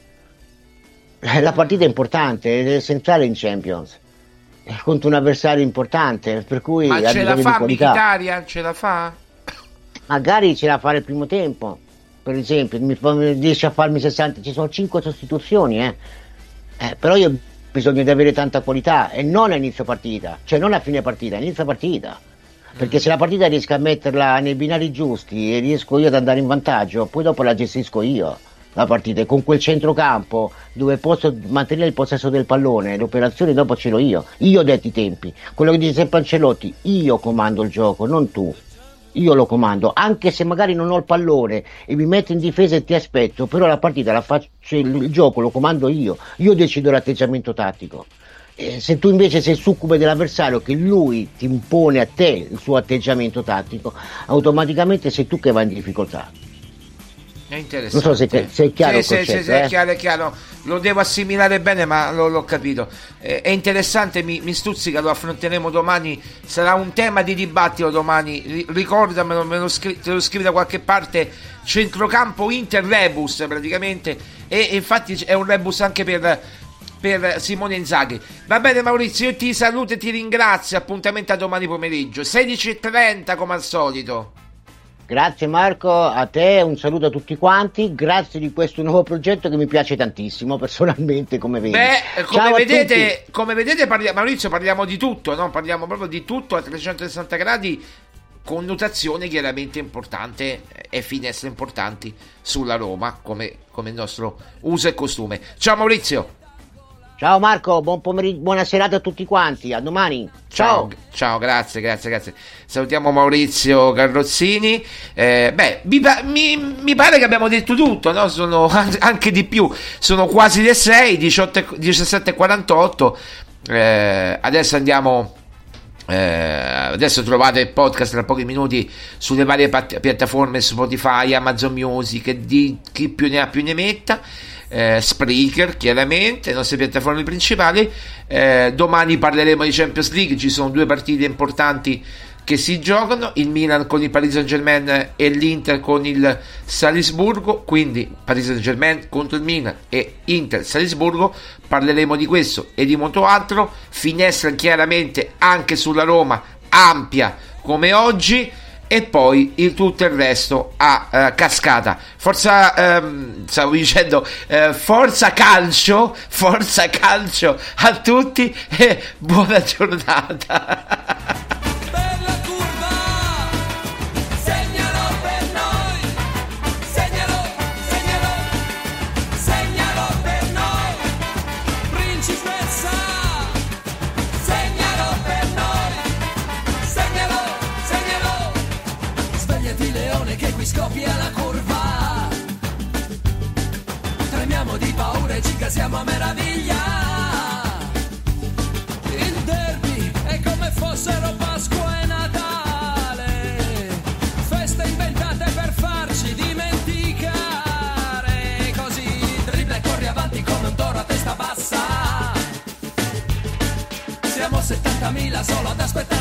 Eh, La partita è importante, è essenziale in Champions. È contro un avversario importante, per cui Ma ha ce la bisogno di fa qualità. Mkhitaryan? Ce la fa? Magari ce la fa il primo tempo, per esempio, mi fa- riesce a farmi sessanta, ci sono cinque sostituzioni, eh. Eh, però io ho bisogno di avere tanta qualità e non a inizio partita, cioè non a fine partita, a inizio partita. Perché se la partita riesco a metterla nei binari giusti e riesco io ad andare in vantaggio, poi dopo la gestisco io la partita, e con quel centrocampo dove posso mantenere il possesso del pallone, l'operazione dopo ce l'ho io. Io ho detto i tempi, quello che dice sempre Ancelotti, io comando il gioco, non tu. Io lo comando, anche se magari non ho il pallone e mi metto in difesa e ti aspetto, però la partita la faccio, il gioco lo comando io, io decido l'atteggiamento tattico. Eh, se tu invece sei succube dell'avversario, che lui ti impone a te il suo atteggiamento tattico, automaticamente sei tu che vai in difficoltà. È interessante. Non so se, se è chiaro Sì, il sì, sì, concetto, sì, è eh? chiaro, è chiaro. Lo devo assimilare bene, ma lo- l'ho capito. Eh, è interessante, mi, mi stuzzica, lo affronteremo domani. Sarà un tema di dibattito domani. Ri- Ricordamelo, me lo scri- te lo scrivi da qualche parte. Centrocampo Inter Rebus, praticamente. E, e infatti è un Rebus anche per, per Simone Inzaghi. Va bene, Maurizio, io ti saluto e ti ringrazio. Appuntamento a domani pomeriggio, sedici e trenta come al solito. Grazie Marco, a te un saluto a tutti quanti, grazie di questo nuovo progetto che mi piace tantissimo personalmente, come vedi. Beh, come Ciao a vedete, tutti. come vedete parliamo, Maurizio, parliamo di tutto, no? Parliamo proprio di tutto a trecentosessanta gradi, connotazione chiaramente importante e finestre importanti sulla Roma, come, come il nostro uso e costume. Ciao Maurizio. Ciao Marco, buon pomeriggio, buona serata a tutti quanti, a domani. Ciao. Ciao, ciao, grazie, grazie, grazie. Salutiamo Maurizio Carrozzini. Eh, beh, mi, pa- mi- mi pare che abbiamo detto tutto, no? Sono an- anche di più. Sono quasi le sei, diciotto e- diciassette e quarantotto. Eh, adesso andiamo. Eh, adesso trovate il podcast tra pochi minuti sulle varie pat- piattaforme Spotify, Amazon Music, di chi più ne ha più ne metta. Eh, Spreaker, chiaramente, le nostre piattaforme principali. Eh, domani parleremo di Champions League, ci sono due partite importanti che si giocano, il Milan con il Paris Saint-Germain e l'Inter con il Salisburgo, quindi Paris Saint-Germain contro il Milan e Inter Salisburgo. Parleremo di questo e di molto altro. Finestra chiaramente anche sulla Roma, ampia come oggi, e poi il tutto il resto a uh, cascata. Forza, ehm, stavo dicendo, eh, forza calcio, forza calcio a tutti e buona giornata. Bella curva, segnalo per noi, segnalo, segnalo, segnalo per noi, principessa, segnalo per noi, segnalo, segnalo, svegliati leone che qui scoppia la curva, tremiamo di paura e ci casiamo a meraviglia. Il derby è come fossero Pasqua e Natale, feste inventate per farci dimenticare. Così dribbla e corri avanti come un toro a testa bassa. Siamo settantamila solo ad aspettare